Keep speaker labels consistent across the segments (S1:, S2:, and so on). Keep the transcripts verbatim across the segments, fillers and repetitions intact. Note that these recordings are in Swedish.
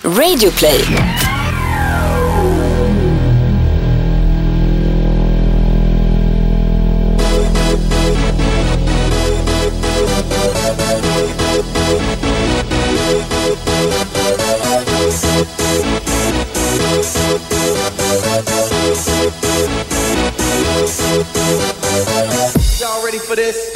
S1: Radioplay.
S2: Y'all ready for this?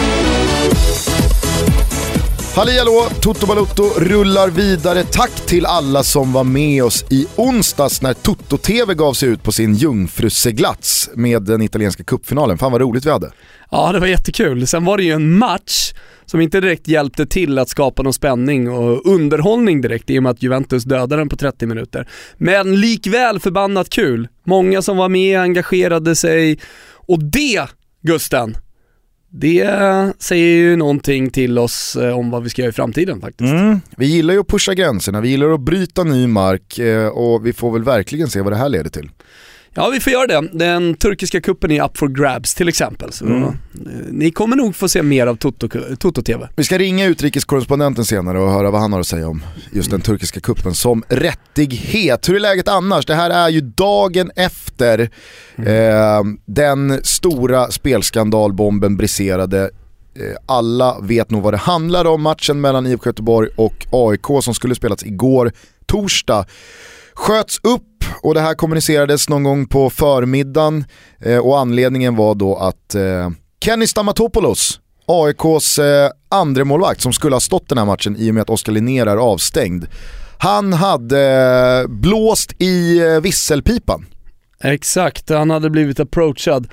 S3: Halli hallå, Toto Balotto rullar vidare. Tack till alla som var med oss i onsdags när Toto T V gav sig ut på sin jungfruseglats med den italienska cupfinalen. Fan vad roligt vi hade.
S4: Ja, det var jättekul. Sen var det ju en match som inte direkt hjälpte till att skapa någon spänning och underhållning direkt i och med att Juventus dödade den på trettio minuter. Men likväl förbannat kul. Många som var med engagerade sig. Och det, Gusten, det säger ju någonting till oss om vad vi ska göra i framtiden faktiskt.
S3: Mm. Vi gillar ju att pusha gränserna, vi gillar att bryta ny mark och vi får väl verkligen se vad det här leder till.
S4: Ja, vi får göra det. Den turkiska kuppen är up for grabs till exempel. Så mm. Ni kommer nog få se mer av Toto, Toto T V.
S3: Vi ska ringa utrikeskorrespondenten senare och höra vad han har att säga om just den turkiska kuppen som rättighet. Hur är läget annars? Det här är ju dagen efter mm. eh, den stora spelskandalbomben briserade. Eh, alla vet nog vad det handlar om. Matchen mellan I F K Göteborg och A I K som skulle spelats igår torsdag sköts upp. Och det här kommunicerades någon gång på förmiddagen eh, och anledningen var då att eh, Kenny Stamatopoulos, A I K:s eh, andra målvakt som skulle ha stått den här matchen i och med att Oskar Linnér är avstängd, han hade eh, blåst i eh, visselpipan.
S4: Exakt, han hade blivit approachad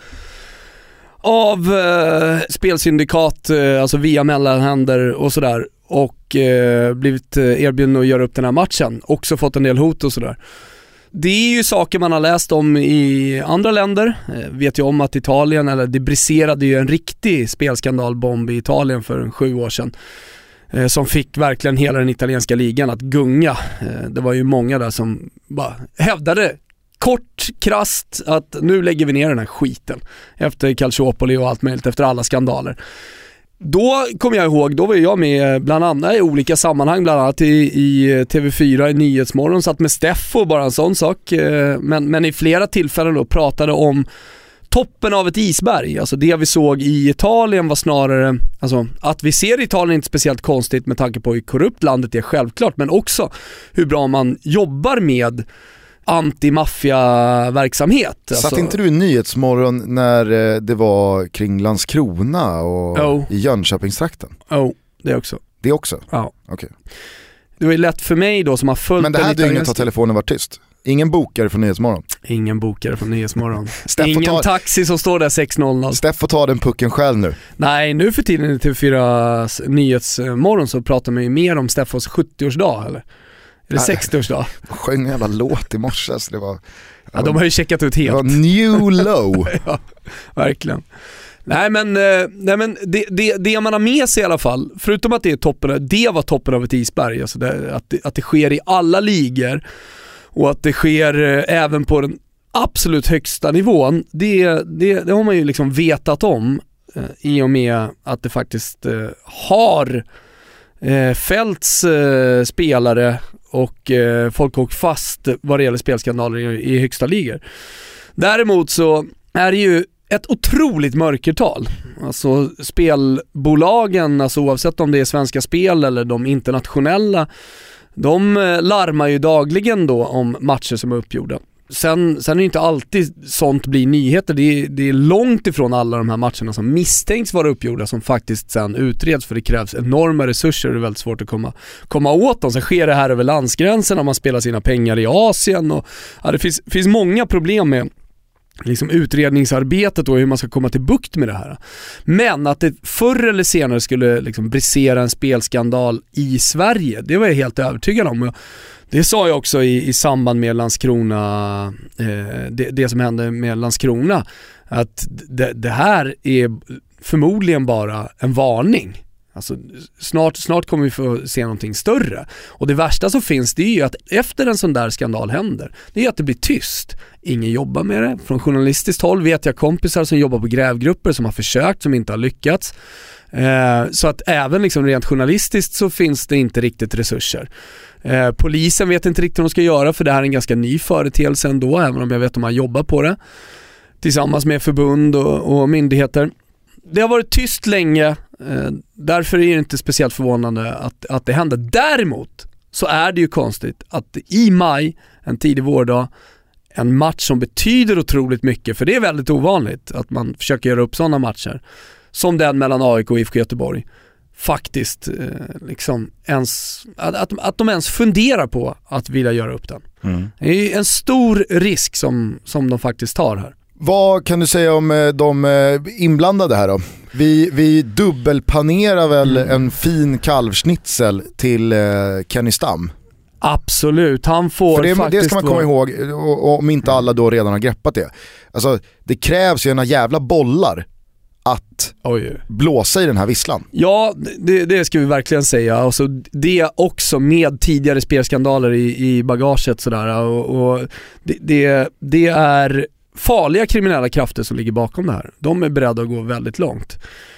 S4: av eh, spelsyndikat, eh, alltså via mellanhänder och sådär, och eh, blivit erbjuden att göra upp den här matchen, också fått en del hot och sådär. Det är ju saker man har läst om i andra länder. Jag vet ju om att Italien, eller det briserade ju en riktig spelskandalbomb i Italien för sju år sedan. Eh, som fick verkligen hela den italienska ligan att gunga. Eh, det var ju många där som bara hävdade kort, krasst att nu lägger vi ner den här skiten. Efter Calciopoli och allt möjligt, efter alla skandaler. Då kommer jag ihåg, då var jag med bland annat i olika sammanhang, bland annat i, i T V fyra i Nyhetsmorgon, satt med Steffo, bara en sån sak, men, men i flera tillfällen då pratade om toppen av ett isberg. Alltså det vi såg i Italien var snarare, alltså att vi ser Italien inte speciellt konstigt med tanke på hur korrupt landet är självklart, men också hur bra man jobbar med anti-maffia-verksamhet.
S3: Satt
S4: alltså.
S3: inte du i Nyhetsmorgon när det var kring Landskrona och oh. i Jönköpingstrakten?
S4: Oh, det också.
S3: Det också?
S4: Ja.
S3: Okay.
S4: Det var ju lätt för mig då som har följt.
S3: Men det här dygnet har telefonen varit tyst. Ingen bokare från Nyhetsmorgon.
S4: Ingen bokare från Nyhetsmorgon. Ingen ta... taxi som står där sex noll noll.
S3: Steff får ta den pucken själv nu.
S4: Nej, nu för tiden i T V fyra Nyhetsmorgon så pratar man ju mer om Steffos sjuttioårsdag, eller? Eller sextioårsdag.
S3: Jag sjöng en jävla låt i morse, så det var...
S4: Ja, de har ju checkat ut helt.
S3: Det var new low.
S4: Ja, verkligen. Nej men, nej, men det, det, det man har med sig i alla fall, förutom att det är toppen, det var toppen av ett isberg, alltså det, att, det, att det sker i alla ligor och att det sker även på den absolut högsta nivån, det, det, det har man ju liksom vetat om eh, i och med att det faktiskt eh, har eh, fällts eh, spelare och eh, folk har åkt fast vad det gäller spelskandaler i, i högsta ligor. Däremot så är det ju ett otroligt mörkertal. Alltså spelbolagen, alltså oavsett om det är Svenska Spel eller de internationella, de larmar ju dagligen då om matcher som är uppgjorda. Sen, sen är det inte alltid sånt blir nyheter. Det är, det är långt ifrån alla de här matcherna som misstänks vara uppgjorda som faktiskt sen utreds, för det krävs enorma resurser och det är väldigt svårt att komma, komma åt dem. Sen sker det här över landsgränsen när man spelar sina pengar i Asien. Och, ja, det finns, finns många problem med liksom utredningsarbetet och hur man ska komma till bukt med det här. Men att det förr eller senare skulle liksom brisera en spelskandal i Sverige, det var jag helt övertygad om. Det sa jag också i, i samband med Landskrona, eh, det, det som hände med Landskrona, att det, det här är förmodligen bara en varning. Alltså, snart, snart kommer vi få se någonting större. Och det värsta som finns, det är ju att efter en sån där skandal händer, det är att det blir tyst. Ingen jobbar med det. Från journalistiskt håll vet jag kompisar som jobbar på grävgrupper som har försökt, som inte har lyckats. Eh, så att även liksom rent journalistiskt så finns det inte riktigt resurser. Eh, polisen vet inte riktigt vad de ska göra, för det här är en ganska ny företeelse ändå, även om jag vet att man jobbar på det tillsammans med förbund och, och myndigheter. Det har varit tyst länge, eh, därför är det inte speciellt förvånande att, att det händer. Däremot så är det ju konstigt att i maj, en tidig vårdag, en match som betyder otroligt mycket, för det är väldigt ovanligt att man försöker göra upp sådana matcher som den mellan A I K och I F K Göteborg, faktiskt eh, liksom ens, att, att, att de ens funderar på att vilja göra upp den. Mm. Det är en stor risk som, som de faktiskt tar här.
S3: Vad kan du säga om de inblandade här då? Vi, vi dubbelpanerar väl mm. en fin kalvschnitzel till eh, Kenny Stam.
S4: Absolut, han får
S3: För det,
S4: faktiskt...
S3: det ska man komma ihåg, om inte alla då redan har greppat det. Alltså, det krävs ju ena jävla bollar att Oj. blåsa i den här visslan.
S4: Ja, det, det ska vi verkligen säga. Alltså, det också med tidigare spelskandaler i, i bagaget sådär. Och, och det, det, det är farliga kriminella krafter som ligger bakom det här. De är beredda att gå väldigt långt.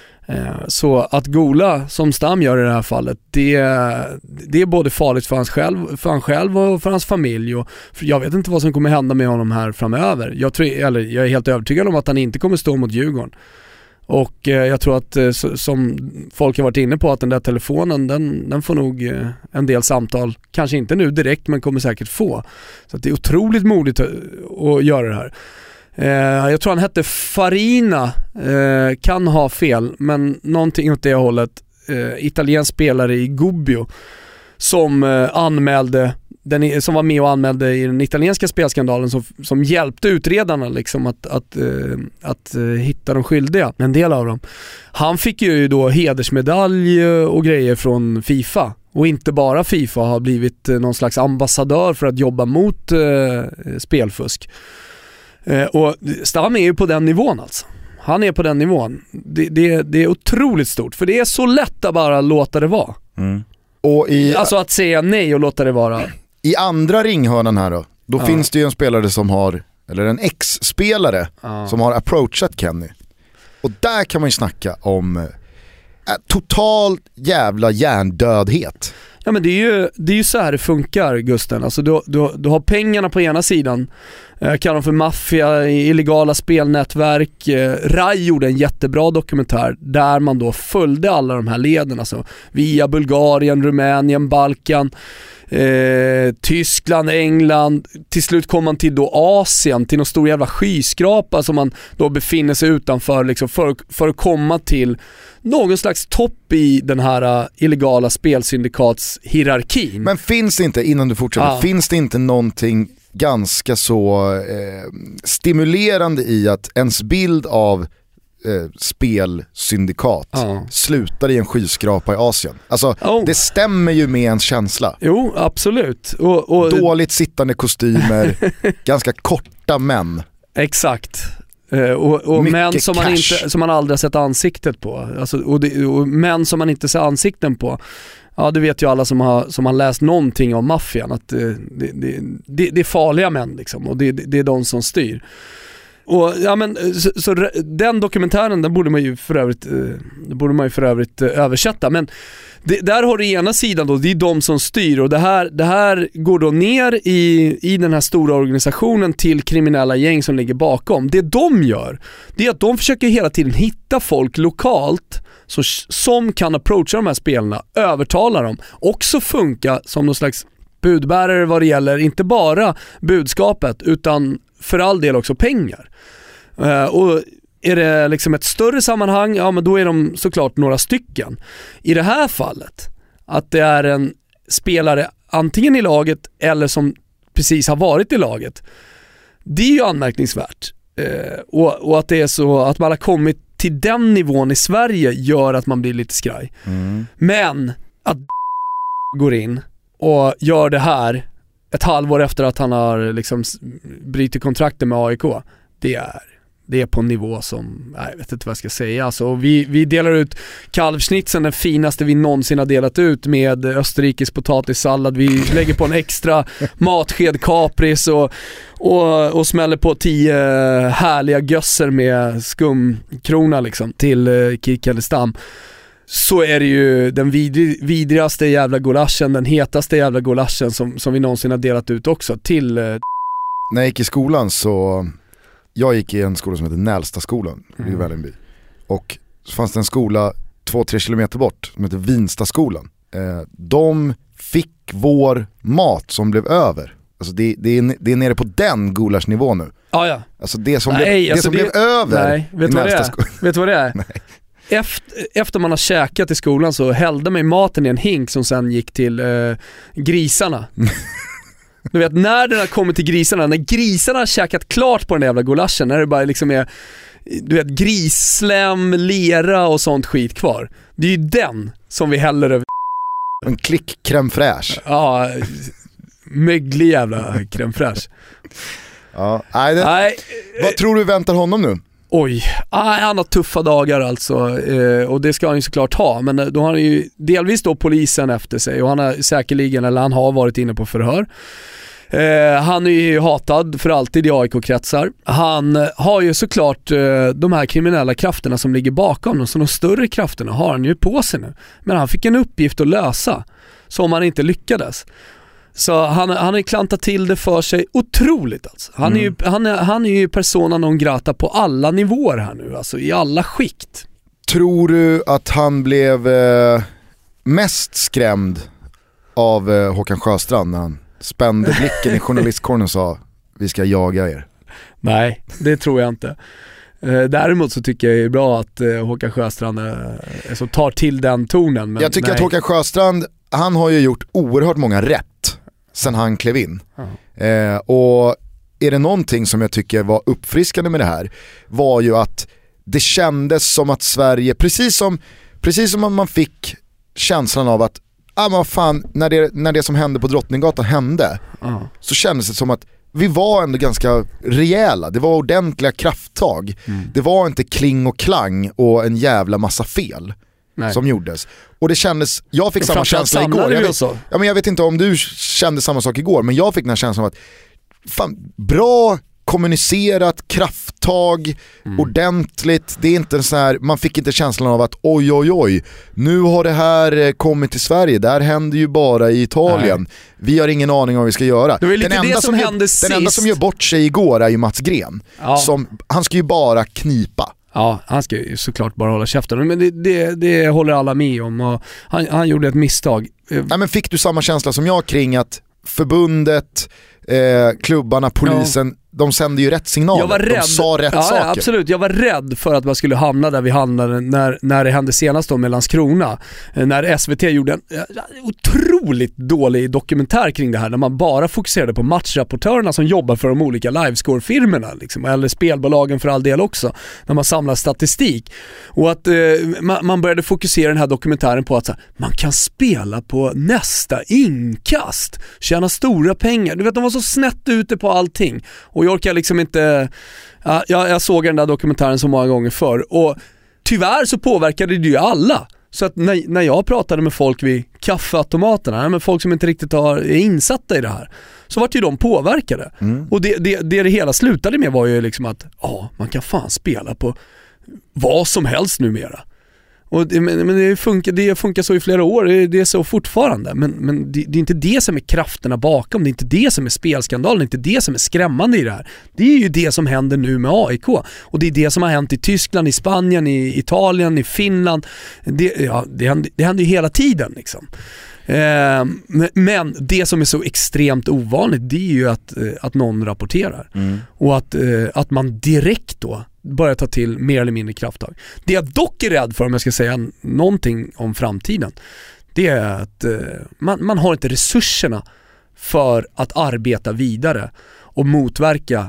S4: Så att gola som Stam gör i det här fallet, det, det är både farligt för, hans själv, för han själv och för hans familj. Och jag vet inte vad som kommer hända med honom här framöver. Jag, tror, eller jag är helt övertygad om att han inte kommer stå mot Djurgården. Och eh, jag tror att eh, som folk har varit inne på, att den där telefonen, den, den får nog eh, en del samtal, kanske inte nu direkt, men kommer säkert få. Så att det är otroligt modigt att, att göra det här. Eh, jag tror han hette Farina, eh, kan ha fel, men någonting åt det hållet. Eh, italiensk spelare i Gubbio som eh, anmälde den, som var med och anmälde i den italienska spelskandalen, som, som hjälpte utredarna liksom att, att, uh, att uh, hitta de skyldiga, en del av dem. Han fick ju då hedersmedalj och grejer från FIFA, och inte bara FIFA har blivit uh, någon slags ambassadör för att jobba mot uh, spelfusk. Uh, och Stam är ju på den nivån alltså. Han är på den nivån. Det, det, det är otroligt stort, för det är så lätt att bara låta det vara. Mm. Och i, alltså att säga nej och låta det vara.
S3: I andra ringhörnan här då, då ja. finns det ju en spelare som har, eller en ex-spelare ja. som har approachat Kenny. Och där kan man ju snacka om äh, total jävla hjärndödhet.
S4: Ja, men det är ju, det är ju så här det funkar, Gusten. Alltså du, du, du har pengarna på ena sidan, eh, kallar dem för maffia, illegala spelnätverk. eh, Rai gjorde en jättebra dokumentär där man då följde alla de här leden, alltså via Bulgarien, Rumänien, Balkan, Eh, Tyskland, England. Till slut kom man till då Asien, till någon stor jävla skyskrapa som man då befinner sig utanför liksom, för, för att komma till någon slags topp i den här uh, illegala spelsyndikat-hierarkin.
S3: Men finns det inte, innan du fortsätter, ah. finns det inte någonting ganska så eh, stimulerande i att ens bild av Eh, spelsyndikat ja. slutar i en skyskrapa i Asien? Alltså oh. det stämmer ju med ens känsla.
S4: Jo, absolut. Och, och...
S3: Dåligt sittande kostymer, ganska korta män.
S4: Exakt. Eh, och och män som man, inte, som man aldrig har sett ansiktet på. Alltså, och, det, och män som man inte ser ansikten på. Ja, det vet ju alla som har, som har läst någonting om maffian, att det, det, det, det, det är farliga män liksom, och det, det är de som styr. Och ja, men så, så den dokumentären, den borde man ju för övrigt eh, borde man ju för övrigt eh, översätta, men det, där har du ena sidan då, det är de som styr, och det här, det här går då ner i, i den här stora organisationen till kriminella gäng som ligger bakom. Det de gör, det är att de försöker hela tiden hitta folk lokalt så, som kan approacha de här spelarna, övertala dem, också funka som någon slags budbärare vad det gäller, inte bara budskapet utan för all del också pengar. Uh, och är det liksom ett större sammanhang, ja men då är de såklart några stycken. I det här fallet, att det är en spelare antingen i laget eller som precis har varit i laget, det är ju anmärkningsvärt. Uh, och, och att det är så att man har kommit till den nivån i Sverige gör att man blir lite skraj. Mm. Men att går in och gör det här ett halvår efter att han har liksom brytit kontrakten med A I K, det är, det är på en nivå som, nej, jag vet inte vad jag ska säga. Alltså, vi, vi delar ut kalvschnitzeln, den finaste vi någonsin har delat ut, med Österrikes potatissallad. Vi lägger på en extra matsked kapris och, och, och smäller på tio härliga gösser med skumkrona liksom, till uh, Kenny Stam. så är det ju den vidri, vidrigaste jävla gulaschen, den hetaste jävla gulaschen som, som vi någonsin har delat ut också till... Eh...
S3: När jag gick i skolan så, jag gick i en skola som heter Nälstaskolan mm. i Vällingby. Och så fanns det en skola två, tre kilometer bort som heter Vinstaskolan. Eh, de fick vår mat som blev över. Alltså det, det, är, det är nere på den gulaschnivån nu.
S4: Ah, ja.
S3: Alltså det som,
S4: nej,
S3: blev, det
S4: alltså
S3: som
S4: det,
S3: blev över.
S4: Nej, vet du vad det är? Vet du vad det är?
S3: Nej.
S4: Efter, efter man har käkat i skolan så hällde man maten i en hink som sen gick till eh, grisarna. Du vet, när den har kommit till grisarna, när grisarna har käkat klart på den jävla gulaschen, när det bara liksom är, du vet, grisslem, lera och sånt skit kvar. Det är ju den som vi häller över.
S3: En klick crème fraîche.
S4: Ja, möglig jävla crème fraîche.
S3: Ja, nej, det,
S4: nej.
S3: Vad tror du väntar honom nu?
S4: Oj, ah, han har tuffa dagar alltså eh, och det ska han ju såklart ha, men då har han ju delvis då polisen efter sig och han har säkerligen, eller han har varit inne på förhör. Eh, han är ju hatad för alltid i A I K-kretsar. Han har ju såklart eh, de här kriminella krafterna som ligger bakom dem, så de större krafterna har han ju på sig nu. Men han fick en uppgift att lösa som han inte lyckades. Så han, han har klantat till det för sig otroligt alltså. Han, mm. är ju, han, är, han är ju persona non grata på alla nivåer här nu, alltså i alla skikt.
S3: Tror du att han blev eh, mest skrämd av eh, Håkan Sjöstrand när han spände blicken i journalistkornen och sa vi ska jaga er?
S4: Nej, det tror jag inte. Eh, däremot så tycker jag det är bra att eh, Håkan Sjöstrand eh, så tar till den tonen. Men
S3: jag tycker
S4: nej.
S3: att Håkan Sjöstrand, han har ju gjort oerhört många rätt sen han klev in. Mm. Eh, och är det någonting som jag tycker var uppfriskande med det här var ju att det kändes som att Sverige, precis som, precis som man fick känslan av att ah, men fan, när, det, när det som hände på Drottninggatan hände mm. så kändes det som att vi var ändå ganska rejäla. Det var ordentliga krafttag. Mm. Det var inte kling och klang och en jävla massa fel. Nej. Som gjordes. Och det kändes, jag fick samma känsla igår. Jag vet, ja, men jag vet inte om du kände samma sak igår, men jag fick den här känslan av att fan, bra kommunicerat, krafttag, mm. ordentligt. Det är inte så här, man fick inte känslan av att oj oj oj, nu har det här kommit till Sverige. Det här händer ju bara i Italien. Nej. Vi har ingen aning om vad vi ska göra.
S4: Det var lite
S3: den enda
S4: det som,
S3: som
S4: hände
S3: gör, den enda som gör bort sig igår är ju Mats Gren. Ja. Som, han ska ju bara knipa.
S4: Ja, han ska ju såklart bara hålla käften. Men det, det, det håller alla med om. Och han, han gjorde ett misstag.
S3: Ja, men fick du samma känsla som jag kring att förbundet, eh, klubbarna, polisen, ja. De sände ju rätt signaler. Jag var rädd. De sa rätt
S4: ja,
S3: saker.
S4: Ja, absolut. Jag var rädd för att man skulle hamna där vi hamnade när, när det hände senast då med Landskrona. När S V T gjorde en otroligt dålig dokumentär kring det här, när man bara fokuserade på matchrapportörerna som jobbar för de olika livescore-firmerna liksom, eller spelbolagen för all del också, när man samlar statistik. Och att eh, man, man började fokusera den här dokumentären på att så här, man kan spela på nästa inkast, tjäna stora pengar. Du vet, de var så snett ute på allting. Och jag orkar liksom inte, ja, jag, jag såg den där dokumentären så många gånger förr och tyvärr så påverkade det ju alla. Så att när, när jag pratade med folk vid kaffeautomaterna, med folk som inte riktigt har, är insatta i det här, så vart ju de påverkade. Mm. Och det, det, det det hela slutade med var ju liksom att ja, man kan fan spela på vad som helst numera. Och det, men det funkar, det funkar så i flera år, det, det är så fortfarande. Men, men det, det är inte det som är krafterna bakom, det är inte det som är spelskandalen, det är inte det som är skrämmande i det här. Det är ju det som händer nu med A I K. Och det är det som har hänt i Tyskland, i Spanien, i Italien, i Finland. Det, ja, det, händer, det händer ju hela tiden liksom. Eh, men det som är så extremt ovanligt, det är ju att, att någon rapporterar. Mm. Och att, att man direkt då börjar ta till mer eller mindre krafttag. Det jag dock är rädd för, om jag ska säga någonting om framtiden, det är att eh, man, man har inte resurserna för att arbeta vidare och motverka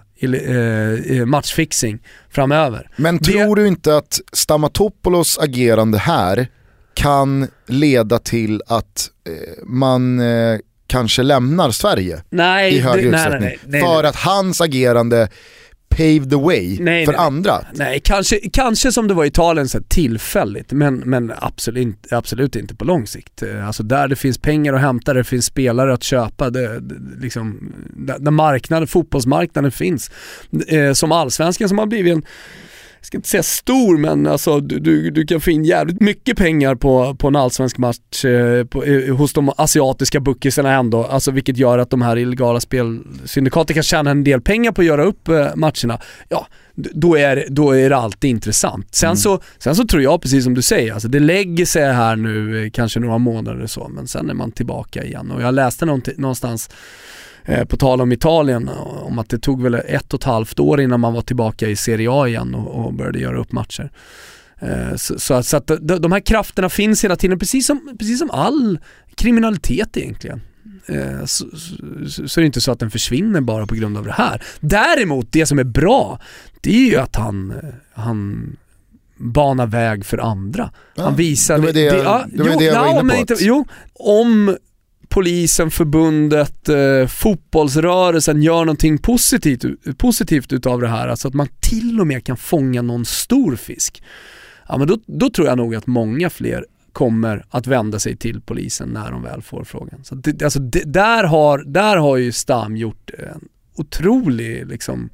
S4: eh, matchfixing framöver.
S3: Men
S4: det...
S3: tror du inte att Stamatopoulos agerande här kan leda till att eh, man eh, kanske lämnar Sverige
S4: nej,
S3: i högre
S4: det,
S3: utsträckning?
S4: Nej, nej, nej,
S3: för
S4: nej.
S3: att hans agerande pave the way
S4: nej,
S3: för
S4: nej,
S3: andra.
S4: Nej, kanske, kanske som det var i Italien så tillfälligt, men, men absolut, absolut inte på lång sikt. Alltså där det finns pengar att hämta, där det finns spelare att köpa, det, det, liksom, där, där marknaden, fotbollsmarknaden finns. Eh, som allsvenskan som har blivit en jag ska inte säga stor, men alltså, du, du, du kan få in jävligt mycket pengar på, på en allsvensk match eh, på, eh, hos de asiatiska bookisarna ändå, alltså, vilket gör att de här illegala spelsyndikaten kan tjäna en del pengar på att göra upp eh, matcherna. Ja, då är, då är det alltid intressant. Sen, mm. så, sen så tror jag, precis som du säger, alltså, det lägger sig här nu eh, kanske några månader eller så, men sen är man tillbaka igen. Och jag läste någonstans eh, på tal om Italien om att det tog väl ett och ett halvt år innan man var tillbaka i Serie A igen och, och började göra upp matcher. Eh, så, så, så att de, de här krafterna finns hela tiden, precis som, precis som all kriminalitet egentligen. Eh, så, så, så är det inte så att den försvinner bara på grund av det här. Däremot, det som är bra, det är ju att han, han banar väg för andra.
S3: Ja,
S4: han visar...
S3: Det var det, det, ja, det, var jo, det jag var inne på.
S4: Men inte, jo, om polisen, förbundet, eh, fotbollsrörelsen gör någonting positivt, positivt utav det här, alltså att man till och med kan fånga någon stor fisk, ja, men då, då tror jag nog att många fler kommer att vända sig till polisen när de väl får frågan. Så det, alltså det, där, har, där har ju Stam gjort en otrolig liksom,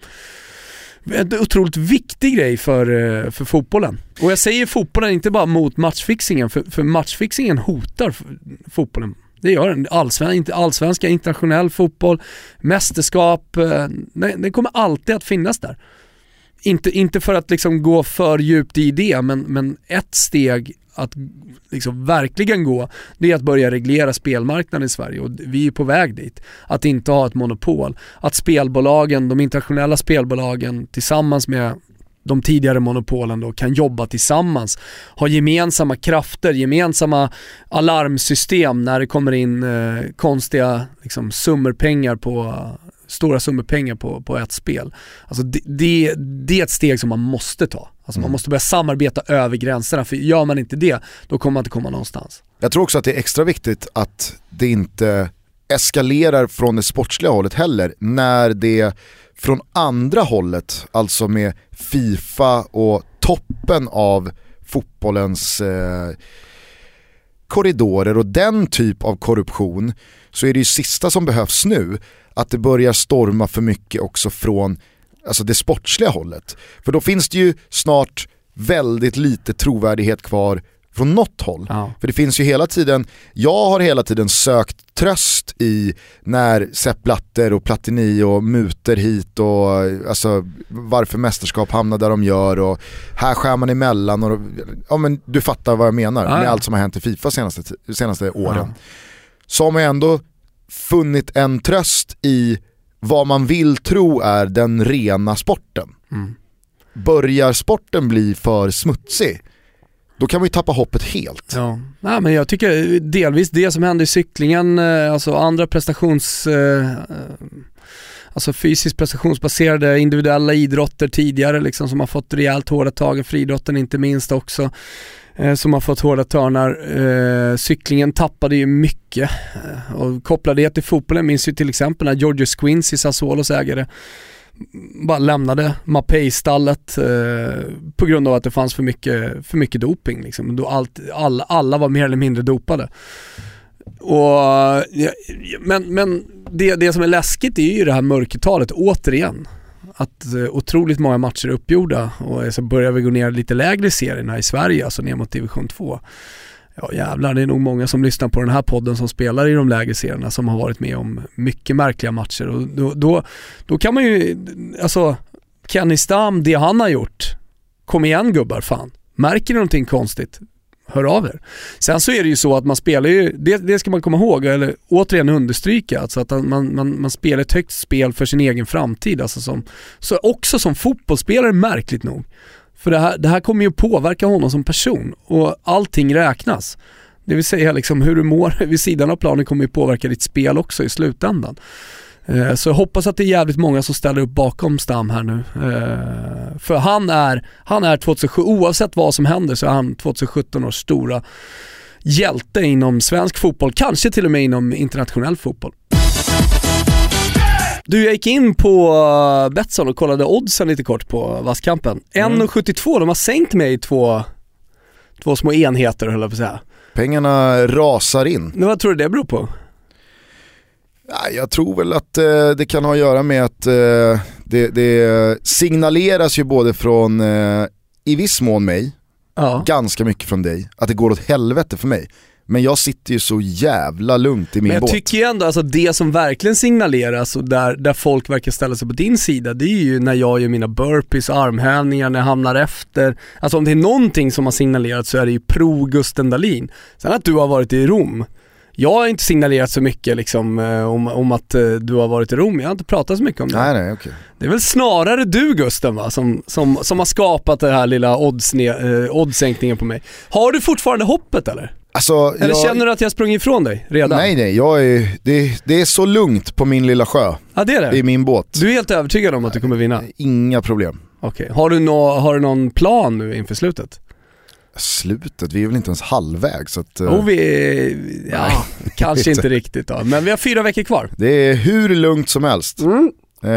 S4: en otroligt viktig grej för, för fotbollen. Och jag säger fotbollen inte bara mot matchfixingen, för, för matchfixingen hotar fotbollen. Det gör den. Allsvenska, allsvenska, internationell fotboll, mästerskap, nej, det kommer alltid att finnas där. Inte, inte för att liksom gå för djupt i det, men, men ett steg att liksom verkligen gå, det är att börja reglera spelmarknaden i Sverige, och vi är på väg dit. Att inte ha ett monopol. Att spelbolagen, de internationella spelbolagen tillsammans med de tidigare monopolen då kan jobba tillsammans, ha gemensamma krafter, gemensamma alarmsystem när det kommer in eh, konstiga liksom, summor pengar på stora summor pengar på, på ett spel. Alltså det, det, det är ett steg som man måste ta. Alltså mm. man måste börja samarbeta över gränserna, för gör man inte det, då kommer man inte komma någonstans.
S3: Jag tror också att det är extra viktigt att det inte eskalerar från det sportsliga hållet heller, när det från andra hållet, alltså med FIFA och toppen av fotbollens eh, korridorer och den typ av korruption, så är det ju sista som behövs nu, att det börjar storma för mycket också från alltså det sportsliga hållet. För då finns det ju snart väldigt lite trovärdighet kvar från något håll. Ja. För det finns ju hela tiden, jag har hela tiden sökt tröst i när Sepp Blatter och Platini och muter hit och alltså varför mästerskap hamnar där de gör och här skär man emellan och ja, men du fattar vad jag menar ja, med ja. allt som har hänt i FIFA senaste, senaste åren. Ja. Så har man ändå funnit en tröst i vad man vill tro är den rena sporten. Mm. Börjar sporten bli för smutsig, då kan vi tappa hoppet helt.
S4: Ja. Nej, men jag tycker delvis det som hände i cyklingen, alltså andra prestations alltså fysiskt prestationsbaserade individuella idrotter tidigare liksom, som har fått rejält hårda tag, friidrotten inte minst också, som har fått hårda törnar. Eh, cyklingen tappade ju mycket eh, och kopplade det till fotbollen. Minns ju till exempel när Giorgio Squinzi, Sassuolos ägare, bara lämnade Mapei-stallet eh, på grund av att det fanns för mycket, för mycket doping liksom. Då allt, alla, alla var mer eller mindre dopade. Och, ja, men men det, det som är läskigt är ju det här mörkertalet återigen. Att uh, otroligt många matcher är uppgjorda och så börjar vi gå ner lite lägre i serierna i Sverige, alltså ner mot division två. Ja jävlar, det är nog många som lyssnar på den här podden som spelar i de lägre serierna som har varit med om mycket märkliga matcher, och då, då, då kan man ju, alltså Kenny Stam, det han har gjort, kom igen gubbar, fan, märker ni någonting konstigt? Hör av er. Sen så är det ju så att man spelar ju, det, det ska man komma ihåg, eller återigen understryka, alltså att man, man, man spelar ett högt spel för sin egen framtid, alltså som, så också som fotbollsspelare, märkligt nog. För det här, det här kommer ju påverka honom som person, och allting räknas. Det vill säga liksom hur du mår vid sidan av planen kommer ju påverka ditt spel också i slutändan. Så jag hoppas att det är jävligt många som ställer upp bakom Stam här nu. För han är, han är tjugohundrasju, oavsett vad som händer så är han tjugosjutton års stora hjälte inom svensk fotboll, kanske till och med inom internationell fotboll. Du, jag gick in på Betsson och kollade oddsen lite kort på Vasskampen. Mm. en komma sjuttiotvå, de har sänkt mig i två, två små enheter, höll jag på att säga.
S3: Pengarna rasar in.
S4: Men vad tror du det beror på?
S3: Jag tror väl att eh, det kan ha att göra med att eh, det, det signaleras ju både från eh, i viss mån mig, ja. ganska mycket från dig, att det går åt helvete för mig. Men jag sitter ju så jävla lugnt i min båt. Men
S4: jag
S3: båt.
S4: tycker ju ändå, alltså det som verkligen signaleras och där, där folk verkar ställa sig på din sida, det är ju när jag gör mina burpees och armhävningar, när jag hamnar efter. Alltså om det är någonting som har signalerat så är det ju pro Gusten Dahlin. Sen att du har varit i Rom. Jag har inte signalerat så mycket liksom, om, om att du har varit i Rom. Jag har inte pratat så mycket om det.
S3: Nej, nej, okay.
S4: Det är väl snarare du, Gusten, va? Som, som, som har skapat det här lilla oddsne, eh, oddsänkningen på mig. Har du fortfarande hoppet eller?
S3: Alltså,
S4: eller
S3: jag...
S4: känner du att jag sprungit ifrån dig redan?
S3: Nej, nej. Jag är, det, det är så lugnt på min lilla sjö.
S4: Ja, det är det.
S3: I min båt.
S4: Du är helt övertygad om att du kommer vinna?
S3: Inga problem.
S4: Okej. Okay. Har du, no, har du någon plan nu inför slutet?
S3: Slutet? Vi är väl inte ens halvvägs så att,
S4: oh, vi är, ja, kanske inte riktigt då. Men vi har fyra veckor kvar.
S3: Det är hur lugnt som helst.
S4: Mm.
S3: uh,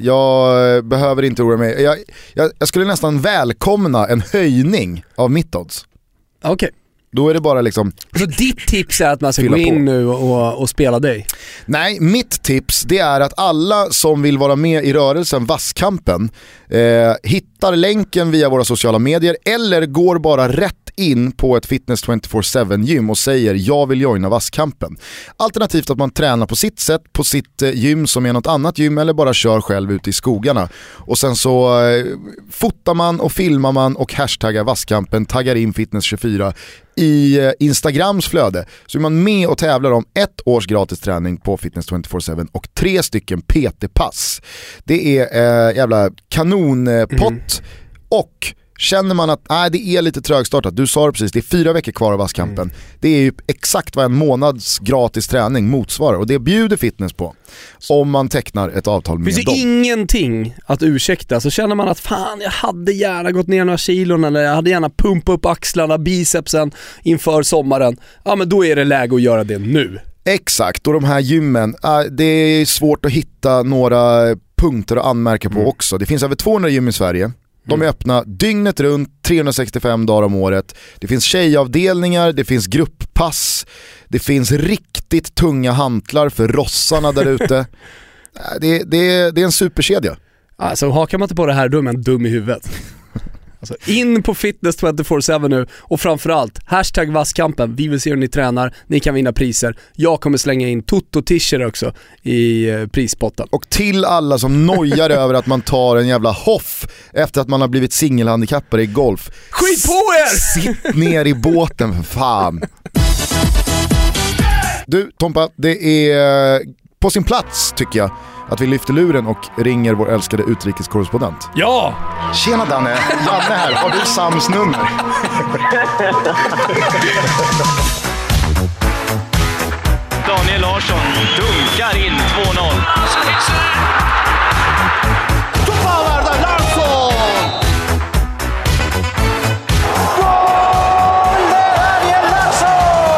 S3: Jag behöver inte oroa mig. jag, jag, jag skulle nästan välkomna en höjning av mitt odds.
S4: Okej. Okay.
S3: Då är det bara liksom...
S4: Så ditt tips är att man ska gå in på. nu och, och spela dig?
S3: Nej, mitt tips det är att alla som vill vara med i rörelsen Vasskampen eh, hittar länken via våra sociala medier eller går bara rätt in på ett Fitness tjugofyra sju gym och säger jag vill joina Vasskampen. Alternativt att man tränar på sitt sätt, på sitt eh, gym som är något annat gym eller bara kör själv ute i skogarna. Och sen så eh, fotar man och filmar man och hashtaggar Vasskampen, taggar in Fitness tjugofyra i eh, Instagrams flöde. Så är man med och tävlar om ett års gratis träning på Fitness tjugofyra sju och tre stycken P T-pass. Det är eh, jävla kanonpott mm. och känner man att nej, det är lite trögstartat, du sa det precis, det är fyra veckor kvar av Vasskampen. Mm. Det är ju exakt vad en månads gratis träning motsvarar och det bjuder Fitness på om man tecknar ett avtal med dem.
S4: Finns det ingenting att ursäkta, så känner man att fan, jag hade gärna gått ner några kilon eller jag hade gärna pumpat upp axlarna, bicepsen inför sommaren. Ja, men då är det läge att göra det nu.
S3: Exakt, och de här gymmen, det är svårt att hitta några punkter att anmärka på mm. också. Det finns över tvåhundra gym i Sverige. De är öppna dygnet runt, trehundrasextiofem dagar om året. Det finns tjejavdelningar, det finns grupppass. Det finns riktigt tunga hantlar för rossarna där ute. Det, det, det är en superkedja.
S4: Alltså hakar man inte på det här, då är man dum i huvudet. Alltså, in på Fitness tjugofyra sju nu och framförallt hashtag Vasskampen. Vi vill se hur ni tränar, ni kan vinna priser. Jag kommer slänga in Toto-t-shirt också i eh, prispotten. Och
S3: till alla som nojar över att man tar en jävla hoff efter att man har blivit singelhandikappare i golf.
S4: Skit på er!
S3: Sitt ner i båten för fan. Du Tompa, det är på sin plats tycker jag att vi lyfter luren och ringer vår älskade utrikeskorrespondent.
S4: Ja!
S3: Tjena Danne, Janne här. Har du Sams nummer?
S1: Daniel Larsson dunkar in två noll.
S3: Toppavärda Larsson!
S2: Gol de Daniel Larsson!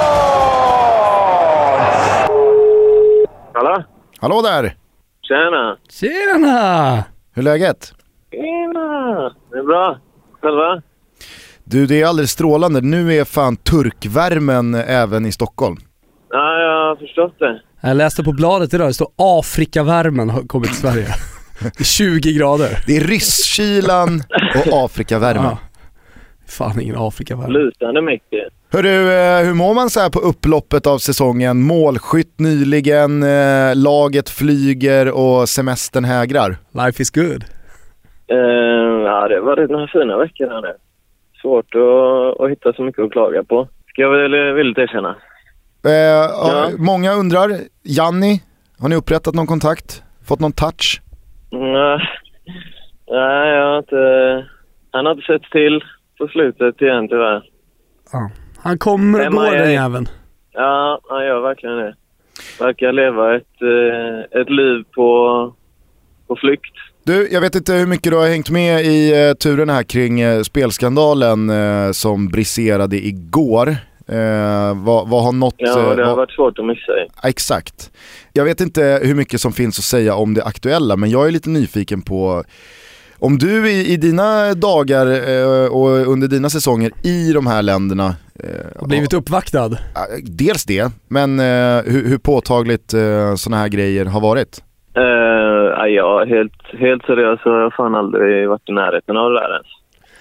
S5: Hallå?
S3: Hallå där!
S5: Tjena!
S4: Tjena!
S3: Hur är läget?
S5: Tjena! Det är bra. Själva?
S3: Du, det är alldeles strålande. Nu är fan turkvärmen även i Stockholm.
S5: Ja, jag har förstått det.
S4: Jag läste på bladet idag, det står Afrikavärmen har kommit till Sverige. Det är tjugo grader.
S3: Det är rysskylan och Afrikavärmen. Ja.
S4: Fan, ingen Afrikavärmen.
S5: Lutande mycket.
S3: Hörru, hur mår man så här på upploppet av säsongen? Målskytt nyligen, laget flyger och semestern hägrar.
S4: Life is good.
S5: Uh, ja, det var den här fina veckan här nu. Svårt att, att hitta så mycket att klaga på. Ska jag väl villigt erkänna.
S3: Uh,
S5: ja.
S3: Många undrar, Janni, har ni upprättat någon kontakt? Fått någon touch?
S5: Nej, Nej jag har inte... Han har inte sett till på slutet igen tyvärr.
S4: Ja. Han kommer och går den jäveln.
S5: Ja, han gör verkligen det. Verkar leva ett, ett liv på, på flykt.
S3: Du, jag vet inte hur mycket du har hängt med i uh, turen här kring uh, spelskandalen uh, som briserade igår. Uh, vad, vad har något...
S5: Ja, det har
S3: vad...
S5: varit svårt att missa.
S3: Uh, exakt. Jag vet inte hur mycket som finns att säga om det aktuella, men jag är lite nyfiken på om du i, i dina dagar uh, och under dina säsonger i de här länderna
S4: uh, har blivit uppvaktad. Uh,
S3: dels det, men uh, hur, hur påtagligt uh, såna här grejer har varit?
S5: Uh, ja, helt, helt seriöst så har jag fan aldrig varit i närheten av det där ens.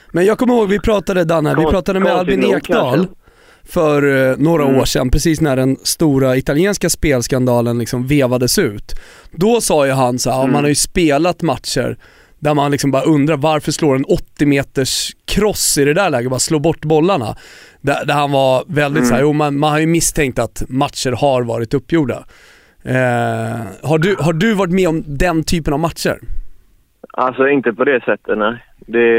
S4: Men jag kommer ihåg, vi pratade Danne, vi pratade med Albin Ekdal för eh, några mm. år sedan, precis när den stora italienska spelskandalen liksom vevades ut. Då sa ju han så här, mm. man har ju spelat matcher där man liksom bara undrar varför slår en åttio meters cross i det där läget, bara slå bort bollarna. Där, där han var väldigt mm. så här, jo, man, man har ju misstänkt att matcher har varit uppgjorda. Eh, har, du, har du varit med om den typen av matcher?
S5: Alltså inte på det sättet, nej. Det,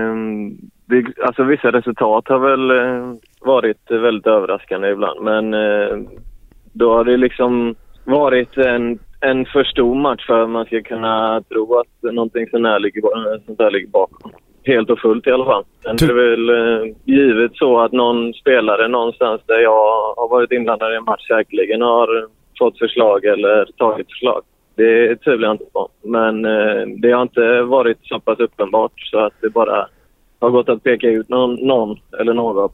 S5: det, alltså vissa resultat har väl varit väldigt överraskande ibland. Men då har det liksom varit en, en för stor match för att man ska kunna tro att någonting sånt här ligger, sånt här ligger bakom. Helt och fullt i alla fall. Sen är det väl givet så att någon spelare någonstans där jag har varit inblandad i en match säkerligen har fått förslag eller tagit förslag. Det tvivlar jag inte på. Men eh, det har inte varit så pass uppenbart så att det bara har gått att peka ut någon, någon eller något.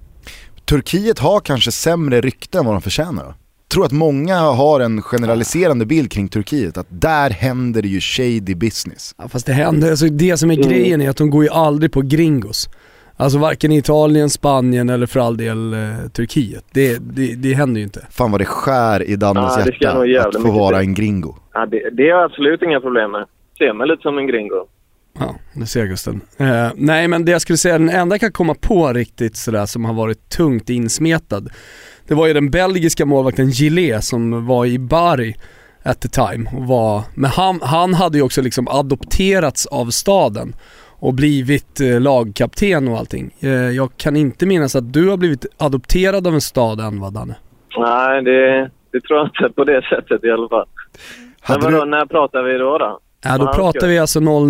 S3: Turkiet har kanske sämre rykte än vad de förtjänar då? Jag tror att många har en generaliserande bild kring Turkiet, att där händer det ju shady business.
S4: Ja, fast det händer, alltså det som är mm. grejen är att de går ju aldrig på gringos. Alltså varken Italien, Spanien eller för all del eh, Turkiet. Det, det, det händer ju inte.
S3: Fan vad det skär i Dannes
S5: ja,
S3: hjärta att få vara en gringo.
S5: Ja, det, det är absolut inga problem med. Ser mig lite som en gringo.
S4: Ja, det ser Gusten. Eh, nej, men det jag skulle säga, den enda jag kan komma på riktigt sådär som har varit tungt insmetad, det var ju den belgiska målvakten Gillet som var i Bari at the time. Och var, men han, han hade ju också liksom adopterats av staden och blivit eh, lagkapten och allting. Eh, jag kan inte minnas att du har blivit adopterad av en stad än, vad Danne?
S5: Nej, det, det tror jag inte på det sättet i alla fall. Men vadå, du... när pratar vi då då?
S4: Ja, då pratar ska... vi alltså noll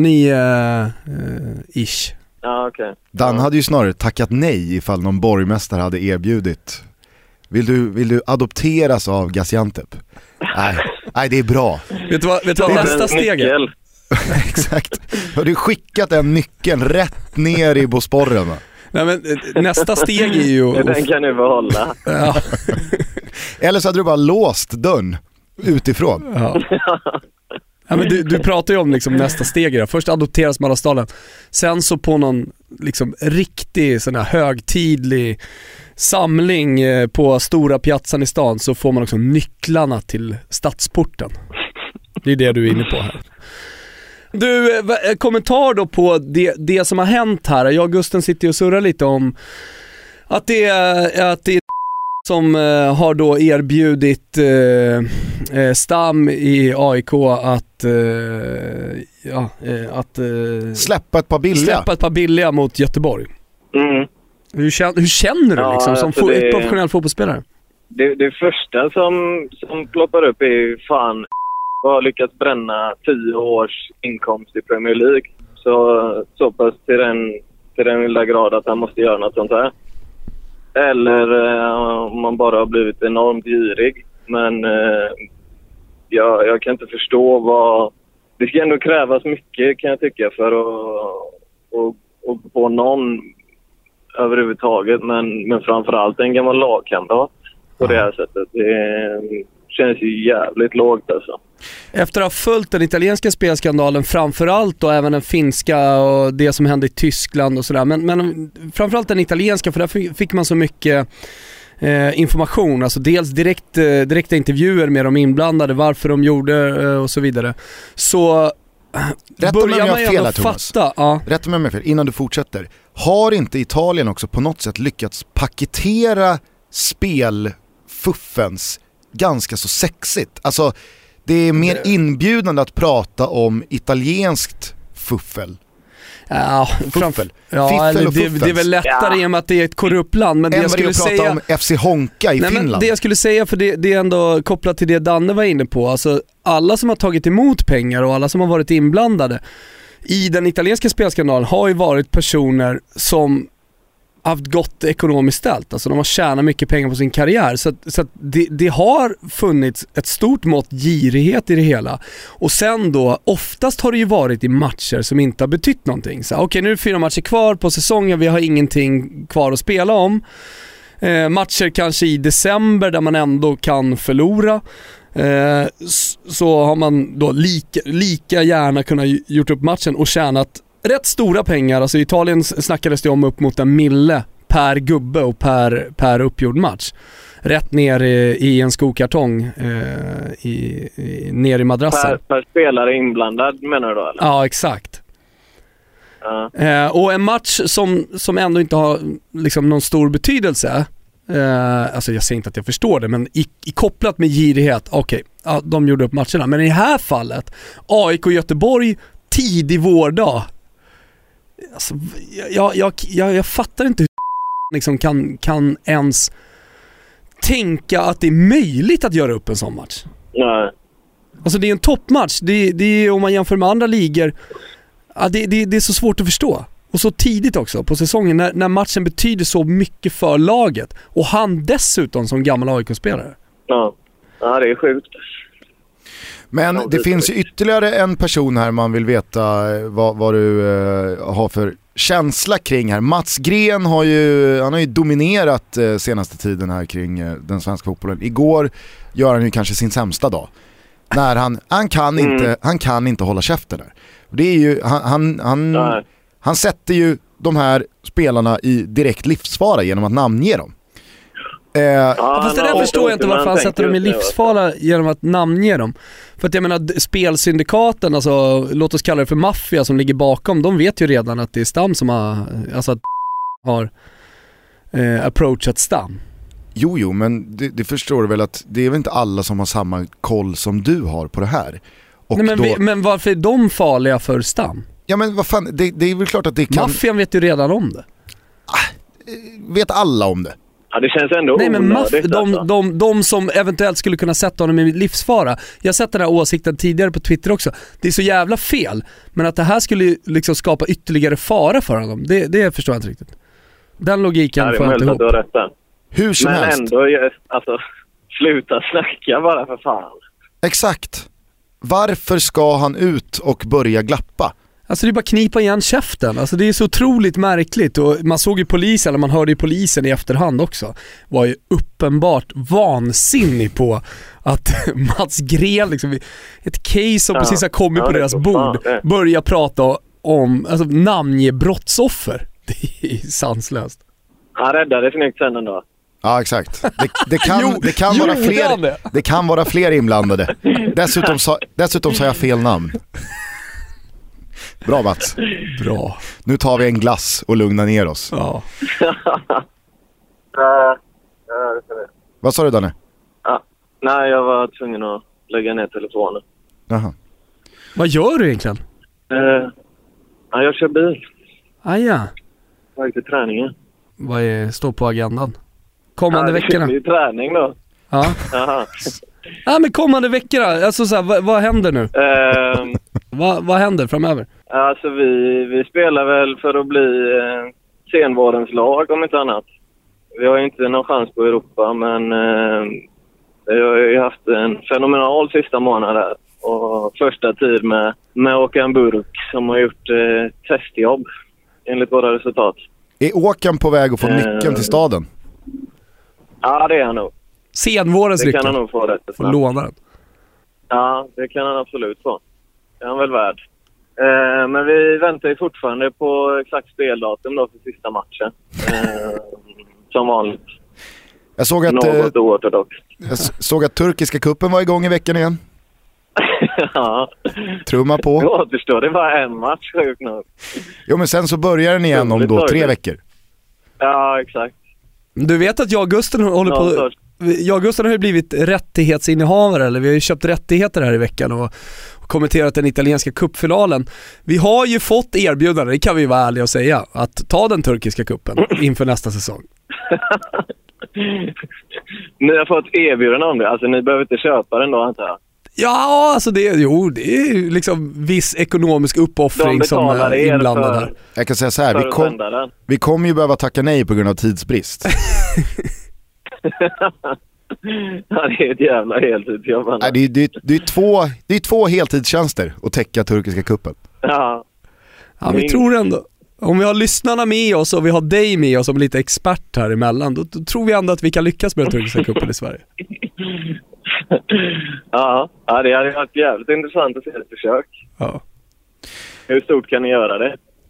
S4: nio-ish. Eh,
S5: ja, okej. Okay.
S3: Dan hade ju snarare tackat nej ifall någon borgmästare hade erbjudit. Vill du, vill du adopteras av Gaziantep? nej, nej, det är bra.
S4: Vet du vad, vet du vad nästa steg är?
S3: Exakt. Har du skickat en nyckeln rätt ner i Bosporren?
S4: Nej, men nästa steg är ju...
S5: Den kan du behålla.
S4: Ja.
S3: Eller så hade du bara låst dörren utifrån.
S4: Ja. Ja, men du, du pratar ju om liksom nästa steg där. Först adopteras Mälarstaden. Sen så på någon liksom riktig sån här högtidlig samling på stora piazzan i stan så får man också nycklarna till stadsporten. Det är det du är inne på här. Du, kommentar då på det, det som har hänt här. Jag och Gusten sitter och surrar lite om att det är, att det är som eh, har då erbjudit eh, eh, Stam i A I K att eh, ja, eh, att eh,
S3: släppa ett par billiga
S4: släppa ett par billiga mot Göteborg.
S5: Mm.
S4: Hur, känner, hur känner du
S5: ja,
S4: liksom som
S5: alltså
S4: fo-
S5: det,
S4: professionell fotbollsspelare?
S5: Det, det första som, som ploppar upp är fan har lyckats bränna tio års inkomst i Premier League. Så, så pass till den, till den lilla grad att han måste göra något sånt här. Eller om uh, man bara har blivit enormt girig. Men uh, jag, jag kan inte förstå vad... Det ska ändå krävas mycket kan jag tycka för att och, och få någon överhuvudtaget. Men, men framförallt en gammal lagkamrat på det här sättet. Det känns ju jävligt lågt alltså.
S4: Efter att ha följt den italienska spelskandalen framförallt och även den finska och det som hände i Tyskland och sådär, men, men framförallt den italienska, för där fick man så mycket eh, information, alltså dels direkt, eh, direkta intervjuer med de inblandade, varför de gjorde eh, och så vidare. Så
S3: Rätta
S4: börjar man ju
S3: fel,
S4: ändå fatta. Ja.
S3: Rätta mig om jag fel, innan du fortsätter. Har inte Italien också på något sätt lyckats paketera spelfuffens ganska så sexigt? Alltså det är mer inbjudande att prata om italienskt fuffel.
S4: Ja,
S3: fuffel.
S4: Ja,
S3: Fiffel och
S4: det, det är väl lättare ja. i och med att det är ett korrupt land. Men det jag skulle säga
S3: om F C Honka i
S4: nej,
S3: Finland.
S4: Men det jag skulle säga, för det, det är ändå kopplat till det Danne var inne på. Alltså alla som har tagit emot pengar och alla som har varit inblandade i den italienska spelskandalen har ju varit personer som haft gott ekonomiskt ställt. Alltså de har tjänat mycket pengar på sin karriär. Så, att, så att det, det har funnits ett stort mått girighet i det hela. Och sen då, oftast har det ju varit i matcher som inte har betytt någonting. Så okej, okay, nu är det fyra matcher kvar på säsongen. Vi har ingenting kvar att spela om. Eh, matcher kanske i december där man ändå kan förlora. Eh, så har man då lika, lika gärna kunnat gjort upp matchen och tjänat rätt stora pengar. Alltså i Italien snackades det om upp mot en mille per gubbe och per, per uppgjord match. Rätt ner i, i en skokartong eh, i, i, ner i madrassen.
S5: Per, per spelare inblandad menar du då? Eller?
S4: Ja, exakt.
S5: Ja.
S4: Eh, och en match som, som ändå inte har liksom någon stor betydelse. Eh, alltså jag säger inte att jag förstår det, men i, i kopplat med girighet, okej, okay, ja, de gjorde upp matcherna. Men i det här fallet, A I K Göteborg, tidig vårdag. Alltså, jag, jag, jag, jag fattar inte hur liksom kan, kan ens tänka att det är möjligt att göra upp en sån match.
S5: Nej.
S4: Alltså det är en toppmatch. Det, det är, om man jämför med andra ligor, ja, det, det, det är så svårt att förstå. Och så tidigt också på säsongen när, när matchen betyder så mycket för laget. Och han dessutom som gammal A I K-spelare.
S5: Ja, ja det är sjukt.
S3: Men det finns ju ytterligare en person här man vill veta vad, vad du uh, har för känsla kring här. Mats Gren har ju, han har ju dominerat uh, senaste tiden här kring uh, den svenska fotbollen. Igår gör han ju kanske sin sämsta dag. När han, han, kan,
S5: mm.
S3: inte, han kan inte hålla käften där. Det är ju, han, han, han, han sätter ju de här spelarna i direkt livsfara genom att namnge dem. Eh,
S4: ja, fast det där förstår jag inte varför han sätter dem i livsfara genom att namnge dem. För att jag menar, spelsyndikaten, alltså låt oss kalla det för maffia som ligger bakom, de vet ju redan att det är Stam som har, alltså att har eh, approachat Stam.
S3: Jo, jo, men det, det förstår du väl att det är väl inte alla som har samma koll som du har på det här. Och
S4: Nej, men,
S3: då...
S4: vi, men varför är de farliga för Stam?
S3: Ja, men vad fan, det, det är väl klart att det kan...
S4: Maffian vet ju redan om det.
S3: Ah, vet alla om det?
S5: Ja, det känns ändå
S4: Nej, men maff- de,
S5: alltså.
S4: de, de, de som eventuellt skulle kunna sätta honom i livsfara. Jag har sett den här åsikten tidigare på Twitter också. Det är så jävla fel. Men att det här skulle liksom skapa ytterligare fara för honom, det, det förstår jag inte riktigt. Den logiken
S5: ja,
S4: får jag inte ihop.
S5: Rätt där.
S3: Hur som
S5: men
S3: helst.
S5: ändå, alltså, sluta snacka bara för fan.
S3: Exakt. Varför ska han ut och börja glappa?
S4: Alltså det är bara knipa igen käften. Alltså det är så otroligt märkligt. Och man såg ju polisen, eller man hörde ju polisen i efterhand också, var ju uppenbart vansinnig på att Mats Gren, liksom, ett case som ja. precis har kommit ja, på deras bord, börja prata om, alltså namnge brottsoffer. Det är sanslöst.
S5: Han räddade snyggt sen ändå.
S3: Ja, exakt. Det, det kan,
S4: jo,
S3: det kan
S4: jo,
S3: vara fler,
S4: det.
S3: det kan vara fler inblandade. Dessutom sa, dessutom sa jag fel namn. Bra, Mats.
S4: Bra.
S3: Nu tar vi en glass och lugnar ner oss.
S4: Ja.
S5: ja, det.
S3: Vad sa du, Danne?
S5: Ja. Nej, jag var tvungen att lägga ner telefonen.
S3: Jaha.
S4: Vad gör du egentligen?
S5: Uh, ja, jag kör bil.
S4: Ah, ja.
S5: Jag gick till träningen.
S4: Vad är, står på agendan? Kommande ja, veckorna?
S5: Det är träning då.
S4: Ja.
S5: Jaha.
S4: Ja, men kommande veckorna, alltså så här, vad, vad händer nu?
S5: Uh,
S4: vad, vad händer framöver?
S5: Alltså vi, vi spelar väl för att bli eh, senvårens lag om inte annat. Vi har ju inte någon chans på Europa, men eh, vi har ju haft en fenomenal sista månad där. Och första tid med, med Håkan Burk som har gjort eh, testjobb enligt våra resultat.
S3: Är Håkan på väg att få nyckeln uh, till staden?
S5: Ja, det är han nog.
S4: Senvårens nyckeln?
S5: Det kan han nog få rätt.
S4: Få låna den?
S5: Ja, det kan han absolut få. Det är han väl värd. Eh, men vi väntar ju fortfarande på exakt speldatum då för sista matchen. Eh, som vanligt.
S3: Jag såg att,
S5: något oortodoxt.
S3: Jag såg att turkiska kuppen var igång i veckan igen.
S5: Ja.
S3: Trumma på.
S5: Det återstår, det var en match sjukt nog.
S3: Jo, men sen så börjar den igen om då tre veckor.
S5: Ja, exakt.
S4: Du vet att jag och Gusten håller ja, på... Jag och Gusten har ju blivit rättighetsinnehavare, eller vi har ju köpt rättigheter här i veckan och, och kommenterat den italienska cupfinalen. Vi har ju fått erbjudande, det kan vi vara ärliga och säga, att ta den turkiska kuppen inför nästa säsong.
S5: Ni har fått erbjudande om det, alltså ni behöver inte köpa den då, antar jag.
S4: Ja, alltså det, jo, det är ju liksom viss ekonomisk uppoffring som är inblandad här.
S3: Jag kan säga så här, vi, kom, vi kommer ju behöva tacka nej på grund av tidsbrist.
S5: Ja, det är ett jävla heltidsjobb.
S3: Nej, det, är, det, är, det, är två, det är två heltidstjänster att täcka turkiska kuppen.
S5: Ja.
S4: Ja, vi tror ändå. Om vi har lyssnarna med oss och vi har dig med oss som lite expert här emellan, då, då tror vi ändå att vi kan lyckas med den turkiska kuppen i Sverige.
S5: Ja, ja, det hade varit jävligt intressant att se ett försök.
S4: Ja.
S5: Hur stort kan ni göra det?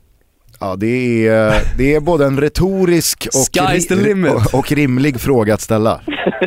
S3: Ja, det är, det är både en retorisk och, ri- och, och rimlig fråga att ställa.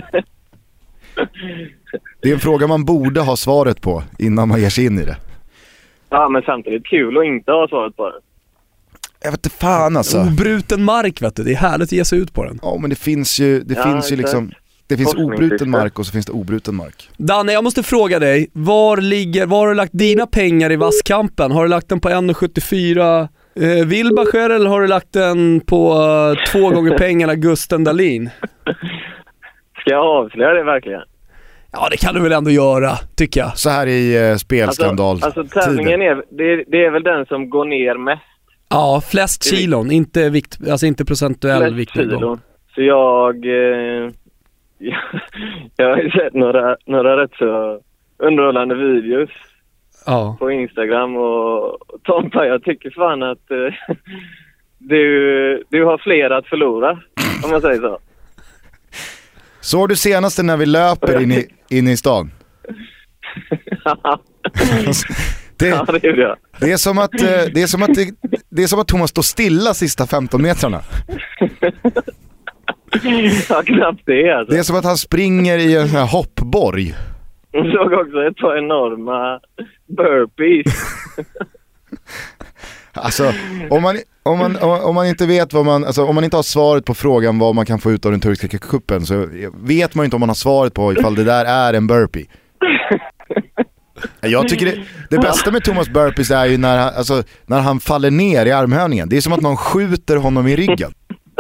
S3: Det är en fråga man borde ha svaret på innan man ger sig in i det.
S5: Ja, men samtidigt kul att inte ha svaret på det.
S3: Jag vet inte fan alltså.
S4: Obruten mark, vet du, det är härligt att ge sig ut på den.
S3: Ja, men det finns ju, det
S5: ja,
S3: finns ju liksom, det finns obruten mark och så finns det obruten mark.
S4: Danne, jag måste fråga dig, var ligger, var har du lagt dina pengar i vasskampen? Har du lagt den på en komma sjuttiofyra eh, Wilbacher eller har du lagt den på uh, två gånger pengarna Gusten Dahlin?
S5: Ska jag avslöja det verkligen?
S4: Ja, det kan du väl ändå göra, tycker jag.
S3: Så här i eh, spelskandal.
S5: Alltså, alltså tävlingen är, det, är, det är väl den som går ner mest.
S4: Ja, flest kilon, inte vikt, alltså inte procentuell vikt.
S5: Så jag, eh, jag jag har ju sett några, några rätt så underhållande videos
S4: ja.
S5: på Instagram och Tompa, jag tycker fan att eh, du, du har fler att förlora, om jag säger så.
S3: Såg du senaste när vi löper in i, in i stan? Det,
S5: ja, det gjorde jag.
S3: Det är som att, det är som att, det, det är som att Thomas står stilla sista femton metrarna.
S5: Ja, knappt det alltså.
S3: Det är som att han springer i en sån här hoppborg.
S5: Jag såg också ett par enorma burpees.
S3: Alltså, om man, om, man, om man inte vet vad man, alltså, om man inte har svaret på frågan vad man kan få ut av den turkiska kuppen, så vet man inte om man har svaret på ifall det där är en burpee. Jag tycker det, det bästa med Thomas burpees är ju när han, alltså, när han faller ner i armhävningen. Det är som att någon skjuter honom i ryggen.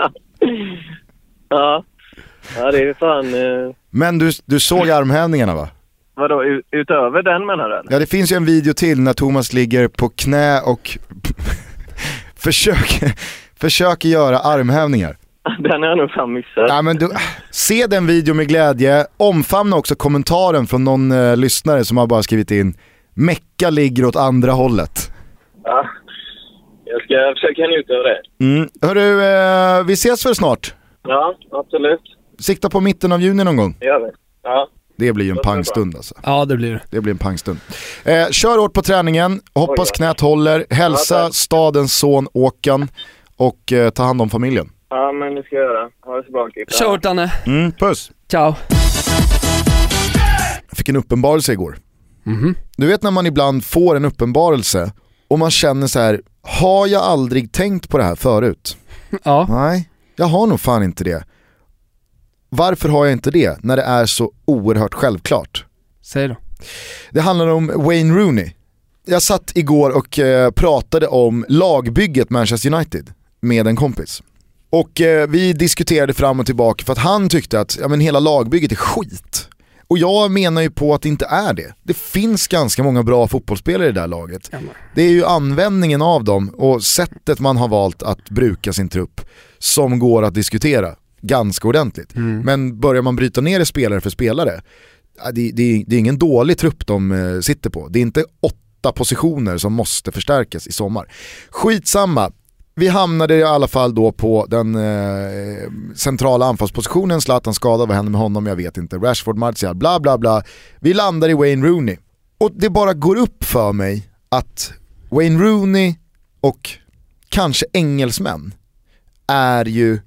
S5: Ja, ja det är fan... Eh...
S3: Men du, du såg armhävningarna, va?
S5: Vadå, ut, utöver den menar du?
S3: Ja, det finns ju en video till när Thomas ligger på knä och försöker, försöker göra armhävningar.
S5: Den har jag nog fan missat.
S3: Ja, men du, se den video med glädje. Omfamna också kommentaren från någon eh, lyssnare som har bara skrivit in: Mecka ligger åt andra hållet.
S5: Ja, jag ska försöka njuta av det.
S3: Mm. Hörru, eh, vi ses för snart.
S5: Ja, absolut.
S3: Sikta på mitten av juni någon gång.
S5: Det gör vi. Ja.
S3: Det blir ju en pangstund alltså.
S4: Ja, det blir det.
S3: Det blir en pangstund. Eh, kör hårt på träningen. Hoppas knät håller. Hälsa
S5: ja,
S3: stadens son Åkan. Och eh, ta hand om familjen.
S5: Ja, men det ska jag göra. Ha det så bra, Kippa.
S4: Kör hårt, Danne.
S3: Mm, puss.
S4: Ciao.
S3: Jag fick en uppenbarelse igår.
S4: Mm-hmm.
S3: Du vet när man ibland får en uppenbarelse och man känner så här: har jag aldrig tänkt på det här förut?
S4: Ja.
S3: Nej, jag har nog fan inte det. Varför har jag inte det när det är så oerhört självklart?
S4: Säg då.
S3: Det handlar om Wayne Rooney. Jag satt igår och eh, pratade om lagbygget Manchester United med en kompis. Och eh, vi diskuterade fram och tillbaka för att han tyckte att ja, men hela lagbygget är skit. Och jag menar ju på att det inte är det. Det finns ganska många bra fotbollsspelare i det där laget. Det är ju användningen av dem och sättet man har valt att bruka sin trupp som går att diskutera ganska ordentligt. Mm. Men börjar man bryta ner det spelare för spelare, det, det, det är ingen dålig trupp de eh, sitter på. Det är inte åtta positioner som måste förstärkas i sommar. Skitsamma. Vi hamnade i alla fall då på den eh, centrala anfallspositionen. Zlatan skadad, vad händer med honom? Jag vet inte. Rashford, Martial, bla bla bla. Vi landar i Wayne Rooney. Och det bara går upp för mig att Wayne Rooney och kanske engelsmän är ju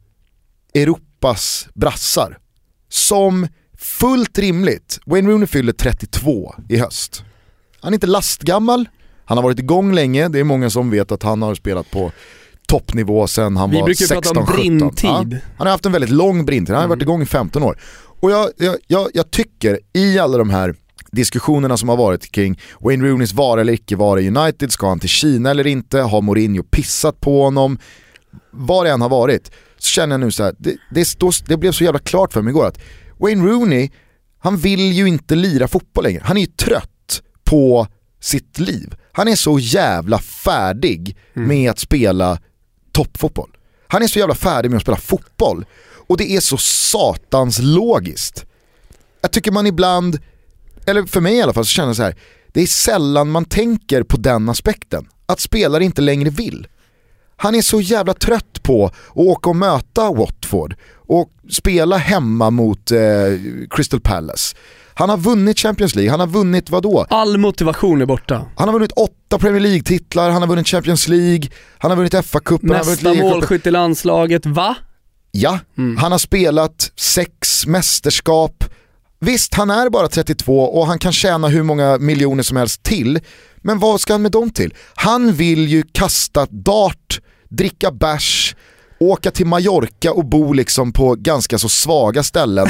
S3: Europas brassar. Som fullt rimligt, Wayne Rooney fyller trettiotvå i höst. Han är inte lastgammal. Han har varit igång länge. Det är många som vet att han har spelat på toppnivå sen han
S4: Vi
S3: var sexton sjutton. Ja, han har haft en väldigt lång brintid. Han har mm. varit igång i femton år. Och jag, jag, jag, jag tycker i alla de här diskussionerna som har varit kring Wayne Rooneys vara eller icke vara i United, ska han till Kina eller inte, har Mourinho pissat på honom, vad det än har varit, så känner jag nu så här, det, det, stod, det blev så jävla klart för mig igår att Wayne Rooney, han vill ju inte lira fotboll längre. Han är ju trött på sitt liv. Han är så jävla färdig mm. med att spela toppfotboll. Han är så jävla färdig med att spela fotboll. Och det är så satans logiskt. Jag tycker man ibland, eller för mig i alla fall, så känner jag så här, det är sällan man tänker på den aspekten. Att spelare inte längre vill. Han är så jävla trött på att åka och möta Watford och spela hemma mot eh, Crystal Palace. Han har vunnit Champions League, han har vunnit vad då?
S4: All motivation är borta.
S3: Han har vunnit åtta Premier League-titlar, han har vunnit Champions League, han har vunnit F A-cupen,
S4: nästa målskytt i landslaget, va?
S3: Ja, mm. Han har spelat sex mästerskap. Visst, han är bara trettiotvå och han kan tjäna hur många miljoner som helst till. Men vad ska han med dem till? Han vill ju kasta dart, dricka bärs, åka till Mallorca och bo liksom på ganska så svaga ställen.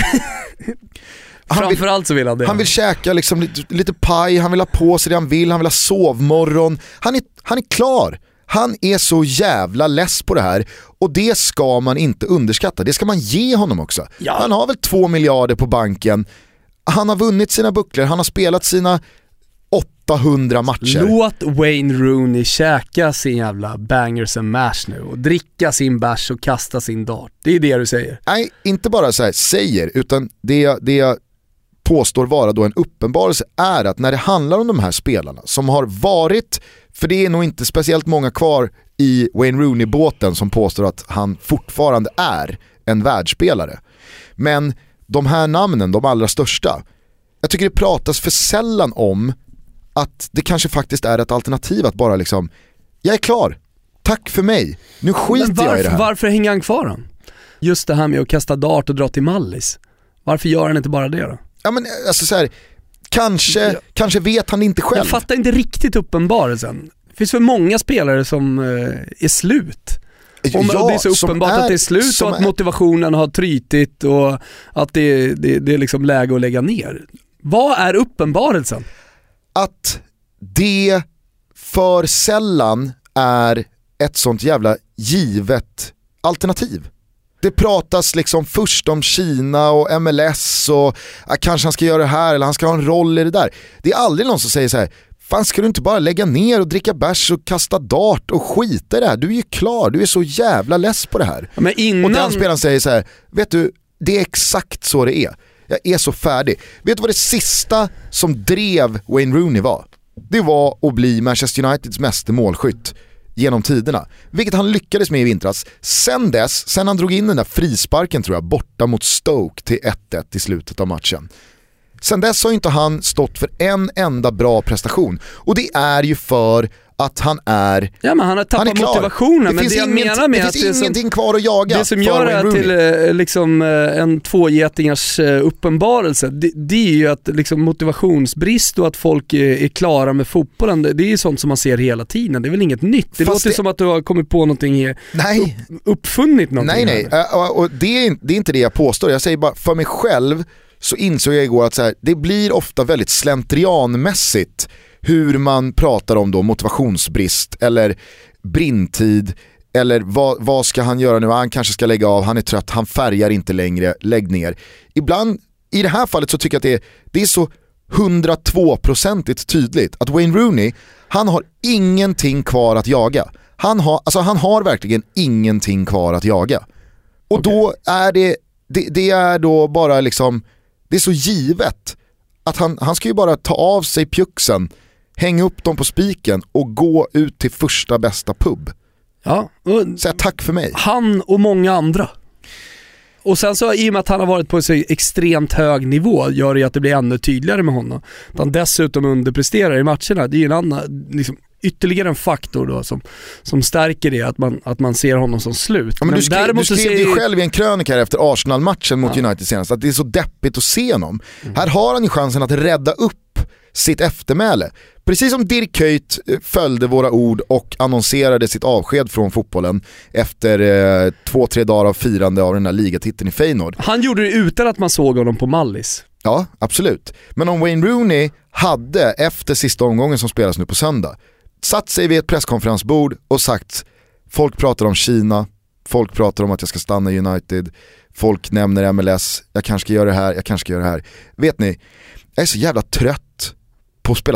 S3: Han vill,
S4: Framförallt så vill han det.
S3: Han vill käka liksom lite, lite paj, han vill ha på sig det han vill, han vill ha sovmorgon. Han är, han är klar. Han är så jävla less på det här och det ska man inte underskatta. Det ska man ge honom också. Ja. Han har väl två miljarder på banken. Han har vunnit sina bucklor, han har spelat sina åttahundra matcher.
S4: Låt Wayne Rooney käka sin jävla bangers and mash nu och dricka sin bärs och kasta sin dart. Det är det du säger.
S3: Nej, inte bara så här säger, utan det, det jag påstår vara då en uppenbarelse är att när det handlar om de här spelarna som har varit, för det är nog inte speciellt många kvar i Wayne Rooney-båten som påstår att han fortfarande är en världsspelare. Men de här namnen, de allra största, jag tycker det pratas för sällan om att det kanske faktiskt är ett alternativ att bara liksom, jag är klar, tack för mig, nu skiter
S4: varför,
S3: jag i det här.
S4: Varför hänger han kvar då? Just det här med att kasta dart och dra till Mallis. Varför gör han inte bara det då?
S3: Ja men alltså så här, kanske, ja. kanske vet han inte själv.
S4: Jag fattar inte riktigt uppenbarelsen. Det finns för många spelare som eh, är slut. Om ja, det är så uppenbart är, att det är slut och att är... motivationen har trytit och att det, det, det är liksom läge att lägga ner. Vad är uppenbarelsen?
S3: Att det för sällan är ett sånt jävla givet alternativ. Det pratas liksom först om Kina och M L S och ja, kanske han ska göra det här eller han ska ha en roll i det där. Det är aldrig någon som säger så här: fan, ska du inte bara lägga ner och dricka bärs och kasta dart och skita i det här? Du är ju klar, du är så jävla less på det här.
S4: Men innan...
S3: Och den spelaren säger så här: vet du, det är exakt så det är. Jag är så färdig. Vet du vad det sista som drev Wayne Rooney var? Det var att bli Manchester Uniteds meste målskytt genom tiderna. Vilket han lyckades med i vintras. Sen dess, sen han drog in den där frisparken tror jag, borta mot Stoke till ett ett i slutet av matchen. Sen dess har inte han stått för en enda bra prestation. Och det är ju för att han är
S4: Ja, men han har tappat han motivationen.
S3: Det
S4: men
S3: finns,
S4: det jag
S3: inget,
S4: menar med
S3: det
S4: att
S3: finns
S4: det
S3: ingenting
S4: som,
S3: kvar att jaga.
S4: Det som gör det till liksom, en tvågetingars uppenbarelse, det, det är ju att liksom, motivationsbrist och att folk är, är klara med fotbollen, det är ju sånt som man ser hela tiden. Det är väl inget nytt. Det Fast låter det... som att du har kommit på någonting, nej. Upp, uppfunnit någonting.
S3: Nej, nej. Och, och det, är, det är inte det jag påstår. Jag säger bara, för mig själv så insåg jag igår att så här, det blir ofta väldigt slentrianmässigt hur man pratar om då motivationsbrist eller brintid eller vad, vad ska han göra nu? Han kanske ska lägga av, han är trött, han färgar inte längre, lägg ner. Ibland, i det här fallet så tycker jag att det är, det är så hundratvå procentigt tydligt att Wayne Rooney, han har ingenting kvar att jaga. Han har, alltså han har verkligen ingenting kvar att jaga. Och okay. då är det, det, det är då bara liksom, det är så givet att han, han ska ju bara ta av sig pjuxen, hänga upp dem på spiken och gå ut till första bästa pub.
S4: Ja.
S3: Säg tack för mig.
S4: Han och många andra. Och sen så i och med att han har varit på så extremt hög nivå gör det att det blir ännu tydligare med honom. Att han dessutom underpresterar i matcherna. Det är ju en annan, liksom, ytterligare en faktor då som, som stärker det, att man, att man ser honom som slut.
S3: Ja, men, men du skrev, du skrev
S4: se...
S3: ju själv i en krönika här efter Arsenal-matchen mot ja. United senast att det är så deppigt att se honom. Mm. Här har han ju chansen att rädda upp sitt eftermäle. Precis som Dirk Kuyt följde våra ord och annonserade sitt avsked från fotbollen efter eh, två, tre dagar av firande av den här ligatiteln i Feyenoord.
S4: Han gjorde det utan att man såg honom på Mallis.
S3: Ja, absolut. Men om Wayne Rooney hade efter sista omgången som spelas nu på söndag satt sig vid ett presskonferensbord och sagt: folk pratar om Kina, folk pratar om att jag ska stanna i United, folk nämner M L S, jag kanske ska göra det här, jag kanske ska göra det här. Vet ni, jag är så jävla trött på att spela fotboll.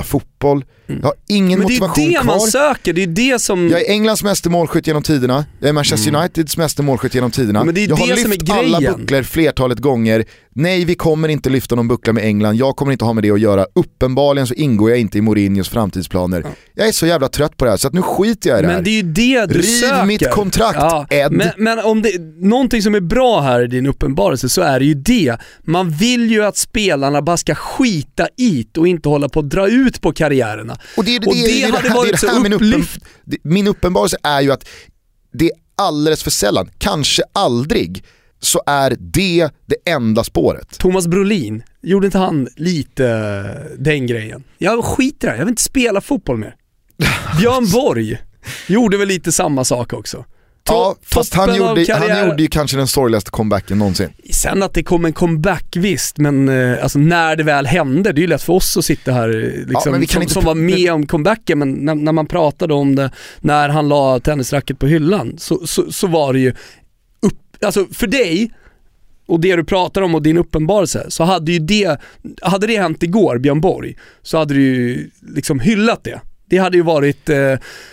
S3: fotboll. Jag har ingen
S4: men
S3: motivation
S4: det är det
S3: kvar.
S4: man söker, det är det som...
S3: Jag är Englands meste målskytt genom tiderna. Jag är Manchester mm. Uniteds meste målskytt genom tiderna.
S4: Men det är
S3: jag har
S4: det som
S3: lyft
S4: är
S3: alla
S4: grejen.
S3: bucklor flertalet gånger. Nej, vi kommer inte lyfta någon buckla med England. Jag kommer inte ha med det att göra. Uppenbarligen så ingår jag inte i Mourinhos framtidsplaner. Ja. Jag är så jävla trött på det här så att nu skiter jag i det här.
S4: Men det är ju det du
S3: Riv
S4: söker.
S3: mitt kontrakt,
S4: ja.
S3: Ed.
S4: Men, men om det är någonting som är bra här i din uppenbarelse så är det ju det. Man vill ju att spelarna bara ska skita i och inte hålla på att dra ut på karriärerna.
S3: Och det, det,
S4: och
S3: det,
S4: det,
S3: det, det
S4: hade
S3: här,
S4: varit
S3: det
S4: så
S3: här min, uppen,
S4: upplyft.
S3: min uppenbarelse är ju att det är alldeles för sällan, kanske aldrig, så är det det enda spåret.
S4: Thomas Brolin, gjorde inte han lite den grejen? Jag skiter där, jag vill inte spela fotboll mer. Björn Borg gjorde väl lite samma sak också.
S3: Ja, fast han gjorde,
S4: karriär...
S3: han gjorde ju kanske den sorgligaste comebacken någonsin.
S4: Sen att det kom en comeback, visst, men eh, alltså, när det väl hände, det är ju lätt för oss att sitta här liksom, ja, som, inte... som var med om comebacken, men när, när man pratade om det, när han la tennisracket på hyllan, så, så, så var det ju upp, alltså för dig och det du pratar om och din uppenbarelse, så hade ju det, hade det hänt igår, Björn Borg, så hade du ju liksom hyllat det. Det hade ju varit eh,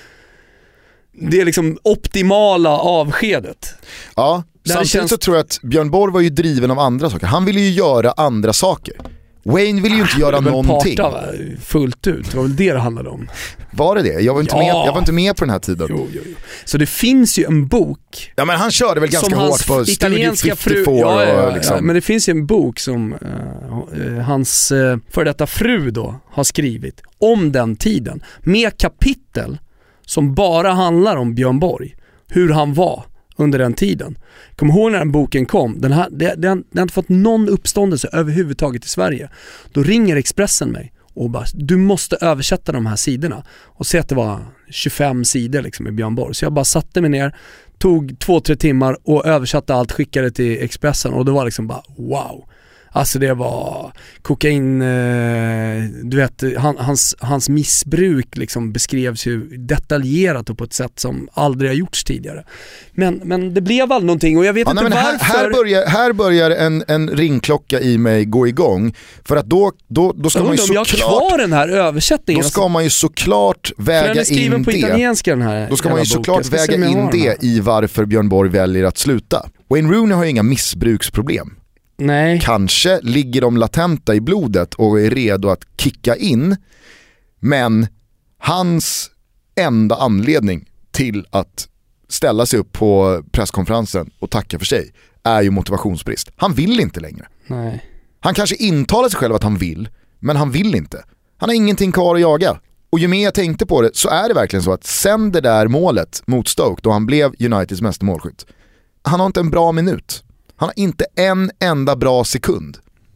S4: det är liksom optimala avskedet.
S3: Ja,
S4: där
S3: samtidigt
S4: känns...
S3: så tror jag att Björn Borg var ju driven av andra saker. Han ville ju göra andra saker. Wayne ville ju inte göra någonting.
S4: Parta fullt ut, det var väl det det handlade om.
S3: Var det det? Jag var inte,
S4: ja.
S3: med, jag var inte med på den här tiden.
S4: Jo, jo, jo. Så det finns ju en bok.
S3: Ja, men han körde väl ganska hårt på Studio femtiofyra.
S4: Fru, ja, ja, ja,
S3: liksom.
S4: ja, men det finns ju en bok som uh, hans uh, för detta fru då har skrivit om den tiden. Med kapitel som bara handlar om Björn Borg. Hur han var under den tiden. Kom ihåg när den boken kom, den, här, den, den, den har inte fått någon uppståndelse överhuvudtaget i Sverige. Då ringer Expressen mig och bara, du måste översätta de här sidorna. Och se att det var tjugofem sidor liksom med Björn Borg. Så jag bara satte mig ner, tog två, tre timmar och översatte allt, skickade till Expressen. Och det var liksom bara, wow. Alltså det var kokain, eh, du vet, han, hans, hans missbruk liksom beskrevs ju detaljerat och på ett sätt som aldrig har gjorts tidigare. Men, men det blev aldrig någonting och jag vet ja, inte nej, varför.
S3: Här, här börjar, här börjar en, en ringklocka i mig gå igång. För att då, då, då ska jag man ju såklart...
S4: Jag har kvar den här översättningen.
S3: Då ska man ju såklart väga in
S4: på
S3: det.
S4: Italienska den här.
S3: Då ska man ju såklart väga in det i varför Björn Borg väljer att sluta. Wayne Rooney har ju inga missbruksproblem.
S4: Nej.
S3: Kanske ligger de latenta i blodet och är redo att kicka in, men hans enda anledning till att ställa sig upp på presskonferensen och tacka för sig är ju motivationsbrist. Han vill inte längre.
S4: Nej.
S3: Han kanske intalar sig själv att han vill, men han vill inte. Han har ingenting kvar att jaga. Och ju mer jag tänkte på det så är det verkligen så att sen det där målet mot Stoke då han blev Uniteds mesta målskytt, han har inte en bra minut. Han har inte en enda bra sekund.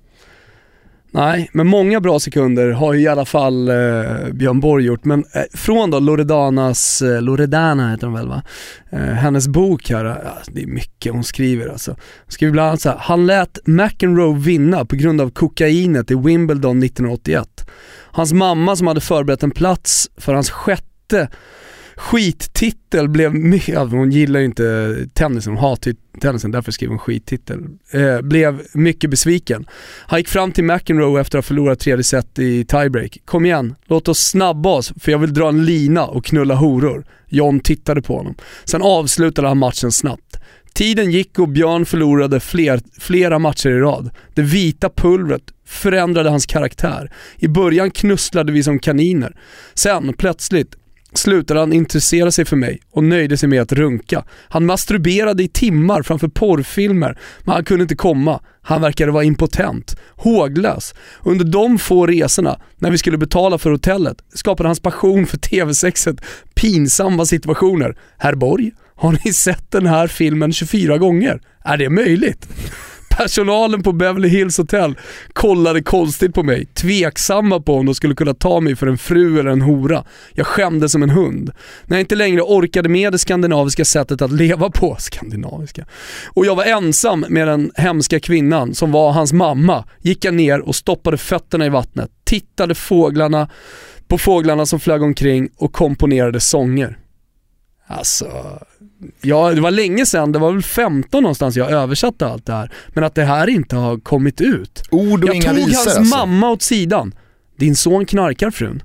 S4: Nej, men många bra sekunder har ju i alla fall eh, Björn Borg gjort. Men eh, från då Loredanas, eh, Loredana heter hon väl va? Eh, hennes bok här, ja, det är mycket hon skriver alltså. Hon skriver bland annat så här: han lät McEnroe vinna på grund av kokainet i Wimbledon nittonhundraåttioett. Hans mamma som hade förberett en plats för hans sjätte skittitel blev mycket, ja, hon gillar ju inte tennisen, hon hatar tennisen, därför skriver hon skittitel, eh, blev mycket besviken. Han gick fram till McEnroe efter att ha förlorat tredje set i tiebreak. Kom igen, låt oss snabba oss för jag vill dra en lina och knulla horor. John tittade på honom. Sen avslutade han matchen snabbt. Tiden gick och Björn förlorade fler, flera matcher i rad. Det vita pulvret förändrade hans karaktär. I början knusslade vi som kaniner. Sen plötsligt slutade han intressera sig för mig och nöjde sig med att runka. Han masturberade i timmar framför porrfilmer, men han kunde inte komma. Han verkade vara impotent, håglös. Under de få resorna, när vi skulle betala för hotellet, skapade hans passion för tv-sexet pinsamma situationer. Herr Borg, har ni sett den här filmen tjugofyra gånger? Är det möjligt? Personalen på Beverly Hills Hotel kollade konstigt på mig, tveksamma på om de skulle kunna ta mig för en fru eller en hora. Jag skämde som en hund. När jag inte längre orkade med det skandinaviska sättet att leva på, skandinaviska, och jag var ensam med den hemska kvinnan som var hans mamma, gick jag ner och stoppade fötterna i vattnet, tittade fåglarna på fåglarna som flög omkring och komponerade sånger. Alltså... Ja, det var länge sedan, det var väl femton någonstans jag översatte allt det här. Men att det här inte har kommit ut.
S3: Ord och
S4: jag
S3: inga
S4: tog
S3: visar,
S4: hans
S3: alltså.
S4: mamma åt sidan. Din son knarkar, frun.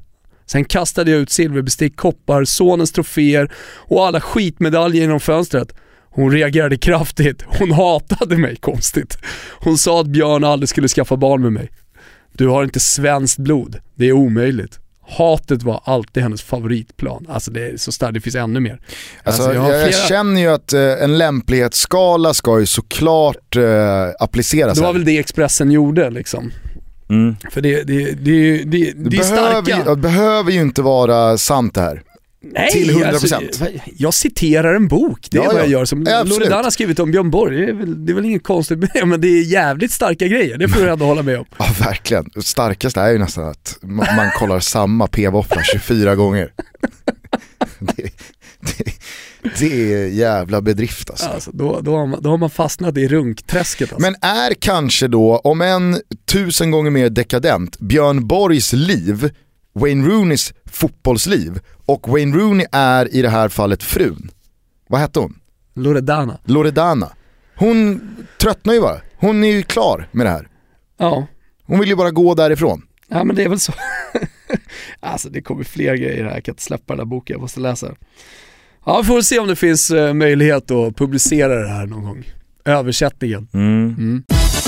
S4: Sen kastade jag ut silverbestick, koppar, sonens troféer och alla skitmedaljer genom fönstret. Hon reagerade kraftigt. Hon hatade mig, konstigt. Hon sa att Björn aldrig skulle skaffa barn med mig. Du har inte svenskt blod. Det är omöjligt. Hatet var alltid hennes favoritplan. Alltså det är så starkt, det finns ännu mer.
S3: Alltså,
S4: alltså jag,
S3: jag, jag
S4: flera...
S3: känner ju att eh, en lämplighetsskala ska ju såklart eh, appliceras.
S4: Det var
S3: här.
S4: väl det Expressen gjorde liksom.
S3: Mm.
S4: För det, det, det, det, det är starka.
S3: Ju, det behöver ju inte vara sant det här.
S4: Nej,
S3: till hundra procent.
S4: Alltså, jag citerar en bok. Det är
S3: ja,
S4: vad jag
S3: ja.
S4: gör. Som Loredana har skrivit om Björn Borg. Det är väl, det är väl inget konstigt med det, men det är jävligt starka grejer. Det får jag ändå hålla med om.
S3: Ja, verkligen. Det starkaste är ju nästan att man kollar samma P-våffla tjugofyra gånger. Det, det, det är jävla bedrift alltså.
S4: Alltså, då, då, har man, då har man fastnat i runkträsket alltså.
S3: Men är kanske då, om en tusen gånger mer dekadent, Björn Borgs liv Wayne Rooneys fotbollsliv, och Wayne Rooney är i det här fallet frun. Vad hette hon?
S4: Loredana.
S3: Loredana. Hon tröttnar ju bara. Hon är ju klar med det här.
S4: Ja.
S3: Hon vill ju bara gå därifrån.
S4: Ja, men det är väl så. Alltså det kommer fler grejer här. Jag kan inte släppa den här boken, jag måste läsa. Ja, vi får se om det finns möjlighet att publicera det här någon gång. Översättningen.
S3: Mm. Mm.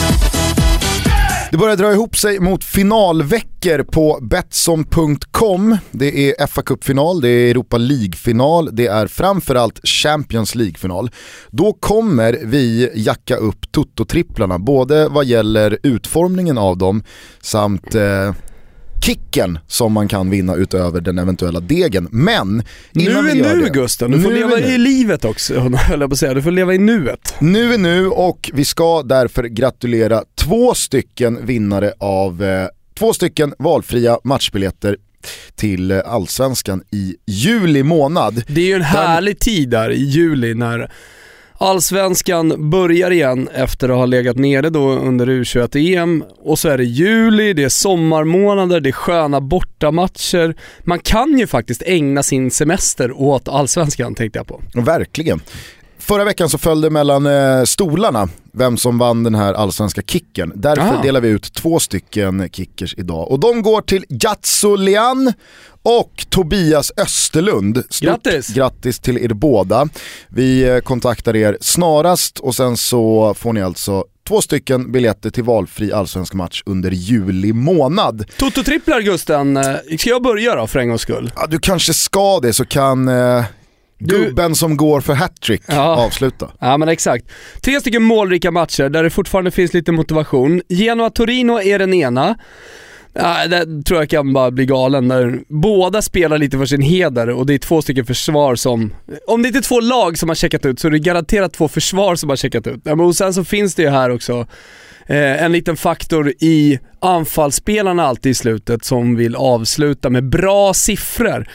S3: Det börjar dra ihop sig mot finalveckor på Betsson punkt com. Det är F A-cupfinal, det är Europa League-final, det är framförallt Champions League-final. Då kommer vi jacka upp Toto-tripplarna, både vad gäller utformningen av dem samt eh, kicken som man kan vinna utöver den eventuella degen. Men
S4: nu är
S3: vi
S4: nu,
S3: det,
S4: Gusten. Du får
S3: nu
S4: leva i livet också, höll jag på att säga. Du får leva i nuet.
S3: Nu är nu, och vi ska därför gratulera två stycken vinnare av eh, två stycken valfria matchbiljetter till Allsvenskan i juli månad.
S4: Det är ju en härlig tid där i juli när Allsvenskan börjar igen efter att ha legat nere då under U tjugoett-E M, och så är det juli, det är sommarmånader, det är sköna bortamatcher. Man kan ju faktiskt ägna sin semester åt Allsvenskan, tänkte jag på.
S3: Verkligen. Förra veckan så följde mellan eh, stolarna vem som vann den här allsvenska kicken. Därför
S4: Aha.
S3: delar vi ut två stycken kickers idag. Och de går till Jatsolian och Tobias Österlund. Stort
S4: grattis!
S3: Grattis till er båda. Vi eh, kontaktar er snarast, och sen så får ni alltså två stycken biljetter till valfri allsvensk match under juli månad.
S4: Toto-tripplar, Gusten. Ska jag börja då för en gångs skull?
S3: Ja, du kanske ska det, så kan... Eh, Gubben du... som går för hattrick
S4: ja.
S3: avsluta.
S4: Ja, men exakt. Tre stycken målrika matcher där det fortfarande finns lite motivation. Genoa-Torino är den ena. Ja, det tror jag kan bara bli galen när båda spelar lite för sin heder, och det är två stycken försvar som... Om det inte är två lag som har checkat ut, så är det garanterat två försvar som har checkat ut. Ja, men och sen så finns det ju här också eh, en liten faktor i anfallsspelarna alltid i slutet som vill avsluta med bra siffror.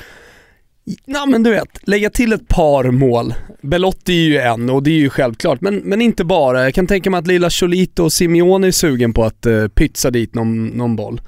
S4: Ja, men du vet, lägga till ett par mål. Belotti är ju en, och det är ju självklart, men, men inte bara. Jag kan tänka mig att lilla Cholito och Simeone är sugen på att uh, pytsa dit någon, någon boll.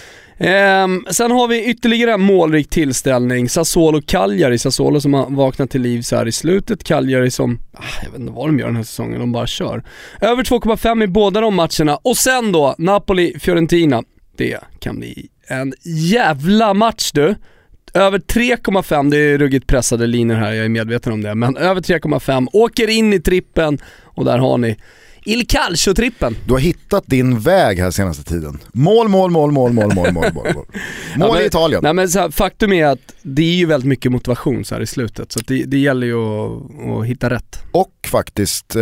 S4: Um, sen har vi ytterligare en målrik tillställning. Sassuolo Cagliari. Sassuolo som har vaknat till liv så här i slutet. Cagliari som, ah, jag vet inte vad de gör den här säsongen, de bara kör. Över två komma fem i båda de matcherna. Och sen då, Napoli-Fiorentina. Det kan bli en jävla match, du. Över tre komma fem, det är ruggigt pressade linjer här, jag är medveten om det. Men över tre komma fem, åker in i trippen, och där har ni Il Calcio-trippen.
S3: Du har hittat din väg här senaste tiden. Mål, mål, mål, mål, mål, mål, mål, mål. Mål ja, men, i Italien.
S4: Nej, men så här, faktum är att det är ju väldigt mycket motivation så här i slutet. Så det, det gäller ju att, att hitta rätt.
S3: Och faktiskt eh,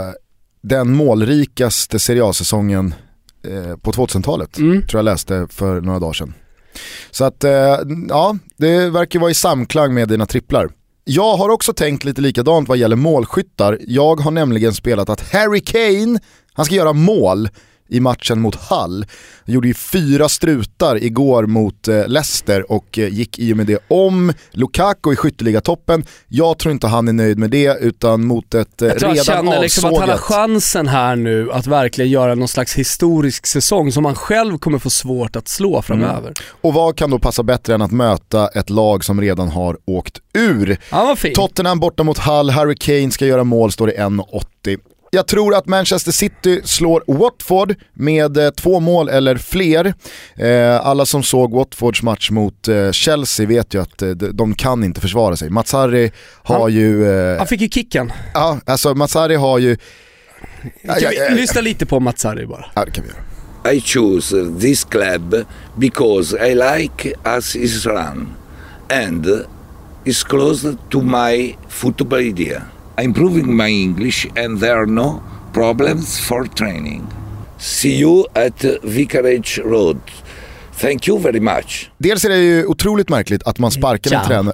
S3: den målrikaste Serie A-säsongen eh, på tvåtusentalet. Mm. Tror jag läste för några dagar sedan. Så att, eh, ja, det verkar vara i samklang med dina tripplar. Jag har också tänkt lite likadant vad gäller målskyttar. Jag har nämligen spelat att Harry Kane, han ska göra mål i matchen mot Hull. Han gjorde ju fyra strutar igår mot eh, Leicester och eh, gick i och med det om Lukaku i skytteliga-toppen. Jag tror inte han är nöjd med det, utan mot ett eh, redan avsågat... Jag känner liksom
S4: att han har chansen här nu att verkligen göra någon slags historisk säsong som han själv kommer få svårt att slå framöver. Mm.
S3: Och vad kan då passa bättre än att möta ett lag som redan har åkt ur?
S4: Ja, vad fint.
S3: Tottenham borta mot Hull, Harry Kane ska göra mål, står det en åttio. Jag tror att Manchester City slår Watford med eh, två mål eller fler. Eh, alla som såg Watfords match mot eh, Chelsea vet ju att eh, de kan inte försvara sig. Mats Harry har
S4: han,
S3: ju... Eh,
S4: han fick ju kicken.
S3: Ja, alltså Mats Harry har ju...
S4: Kan vi lyssna lite på Mats Harry bara?
S3: Ja, det kan vi göra.
S6: I choose this club because I like as is run and is close to my football idea. I'm improving my English and there are no problems for training. See you at Vicarage Road. Thank you very much.
S3: Dels är det ju otroligt märkligt att man sparkar en tränare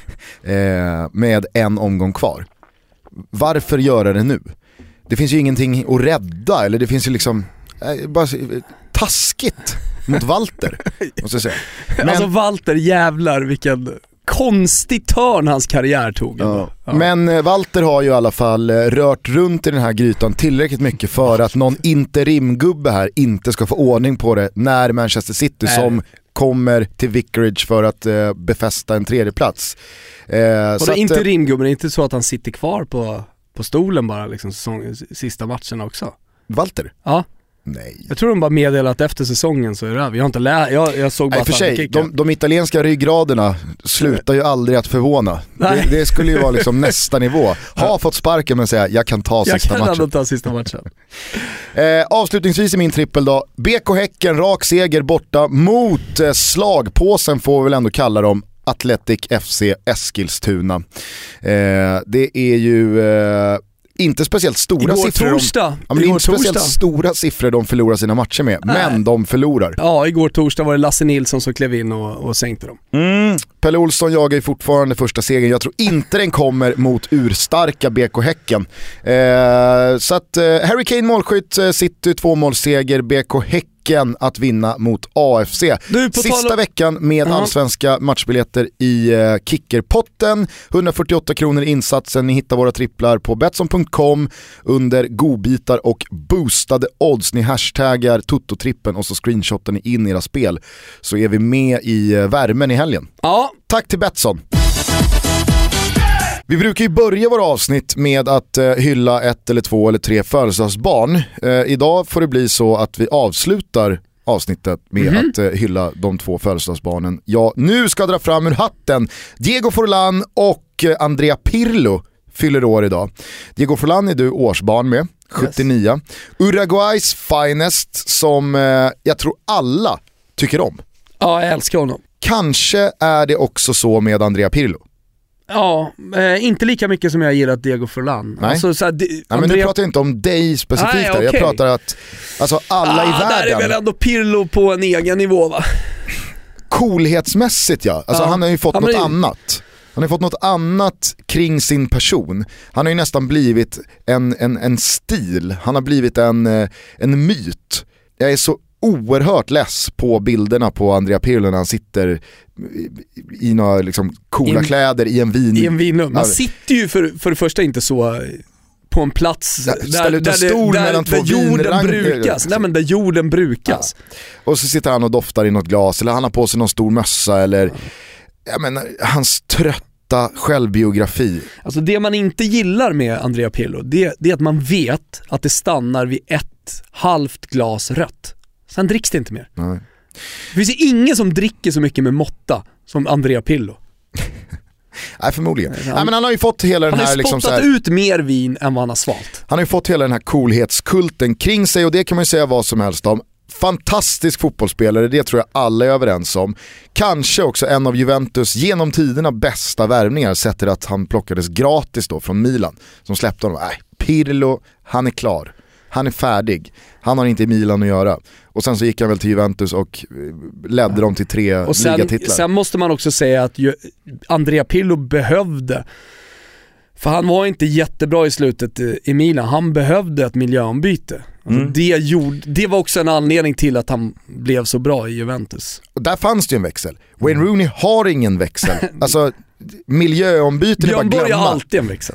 S3: eh, med en omgång kvar. Varför göra det nu? Det finns ju ingenting att rädda, eller det finns ju liksom eh, bara taskigt mot Walter, måste jag säga. Men,
S4: alltså Walter, jävlar vilken konstig törn hans karriär tog.
S3: Ja. Ja. Men eh, Walter har ju i alla fall eh, rört runt i den här grytan tillräckligt mycket för att någon interimgubbe här inte ska få ordning på det när Manchester City Nej. som kommer till Vicarage för att eh, befästa en tredje plats. Eh,
S4: och så det interimgubben, är inte så att han sitter kvar på, på stolen bara liksom säsong, sista matchen också?
S3: Walter?
S4: Ja.
S3: Nej.
S4: Jag tror de bara meddelat att efter säsongen så är det över. Jag har inte lä- jag, jag såg bara
S3: Nej, för sig, de, de italienska ryggraderna slutar ju aldrig att förvåna. Det, det skulle ju vara liksom nästa nivå. Ha fått sparken men säga jag kan ta
S4: jag
S3: sista
S4: kan
S3: matchen.
S4: ta sista matchen.
S3: eh, avslutningsvis i min trippel då. B K Häcken, rak seger borta mot eh, slagpåsen får vi väl ändå kalla dem. Athletic F C Eskilstuna. Eh, det är ju... Eh, inte speciellt stora
S4: Igår
S3: siffror
S4: torsdag.
S3: De, ja, men
S4: Igår
S3: inte speciellt
S4: torsdag.
S3: stora siffror de förlorar sina matcher med. Nej. Men de förlorar.
S4: Ja, igår torsdag var det Lasse Nilsson som klev in och, och sänkte dem.
S3: Mm. Pelle Olsson jagar ju fortfarande första segern. Jag tror inte den kommer mot urstarka B K Häcken. Eh, så att eh, Harry Kane målskytt, eh, City två målseger, B K Häcken att vinna mot A F C.
S4: Du,
S3: Sista
S4: tal-
S3: veckan med uh-huh. allsvenska matchbiljetter i uh, kickerpotten. hundrafyrtioåtta kronor insatsen. Ni hittar våra tripplar på Betsson punkt com under godbitar och boostade odds. Ni hashtaggar Toto-trippen och så screenshotar ni in era spel. Så är vi med i uh, värmen i helgen.
S4: Ja.
S3: Tack till Betsson. Vi brukar ju börja våra avsnitt med att eh, hylla ett eller två eller tre födelsedagsbarn. Eh, idag får det bli så att vi avslutar avsnittet med mm-hmm. att eh, hylla de två födelsedagsbarnen. Ja, nu ska jag dra fram ur hatten. Diego Forlan och eh, Andrea Pirlo fyller år idag. Diego Forlan är du årsbarn med, sjuttionio. Yes. Uruguays finest som eh, jag tror alla tycker om.
S4: Ja, jag älskar honom.
S3: Kanske är det också så med Andrea Pirlo.
S4: Ja, eh, inte lika mycket som jag gillar Diego Forlan.
S3: Nej,
S4: alltså, så här, de,
S3: Nej Andrea... men nu pratar jag inte om dig specifikt. Nej, okay. Jag pratar att alltså, alla ah, i världen...
S4: Där är väl ändå Pirlo på en egen nivå, va?
S3: Coolhetsmässigt, ja. Alltså, ja. Han har ju fått ja, något det... annat. Han har fått något annat kring sin person. Han har ju nästan blivit en, en, en stil. Han har blivit en, en myt. Jag är så oerhört less på bilderna på Andrea Pirlo när han sitter i några liksom coola I en, kläder i en vin.
S4: I en vinrum. Man sitter ju för, för det första inte så på en plats där,
S3: där, där,
S4: stol
S3: där, mellan
S4: där,
S3: två
S4: där jorden
S3: vinrank.
S4: brukas. Nej, men där jorden brukas.
S3: Ja. Och så sitter han och doftar i något glas eller han har på sig någon stor mössa eller ja. Jag menar, hans trötta självbiografi.
S4: Alltså det man inte gillar med Andrea Pirlo det, det är att man vet att det stannar vid ett halvt glas rött. Sen dricks det inte mer.
S3: Nej.
S4: Det finns ju ingen som dricker så mycket med måtta som Andrea Pirlo.
S3: Nej, förmodligen. Han, Nej, men han har ju fått hela den
S4: här... Han har
S3: här,
S4: spottat
S3: liksom så här,
S4: ut mer vin än vad han har svalt.
S3: Han har ju fått hela den här coolhetskulten kring sig och det kan man ju säga vad som helst om. Fantastisk fotbollsspelare, det tror jag alla är överens om. Kanske också en av Juventus genom tiderna bästa värvningar sett till att han plockades gratis då från Milan. Som släppte honom. Nej, Pirlo, han är klar. Han är färdig. Han har inte i Milan att göra. Och sen så gick han väl till Juventus och ledde ja. dem till tre och sen, ligatitlar.
S4: Sen måste man också säga att ju, Andrea Pirlo behövde, för han var inte jättebra i slutet i Milan. Han behövde ett miljöombyte. Alltså mm. det, gjorde, det var också en anledning till att han blev så bra i Juventus.
S3: Och där fanns det ju en växel. Wayne Rooney har ingen växel. Alltså miljöombyte är bara glömma.
S4: Björn har alltid en växel.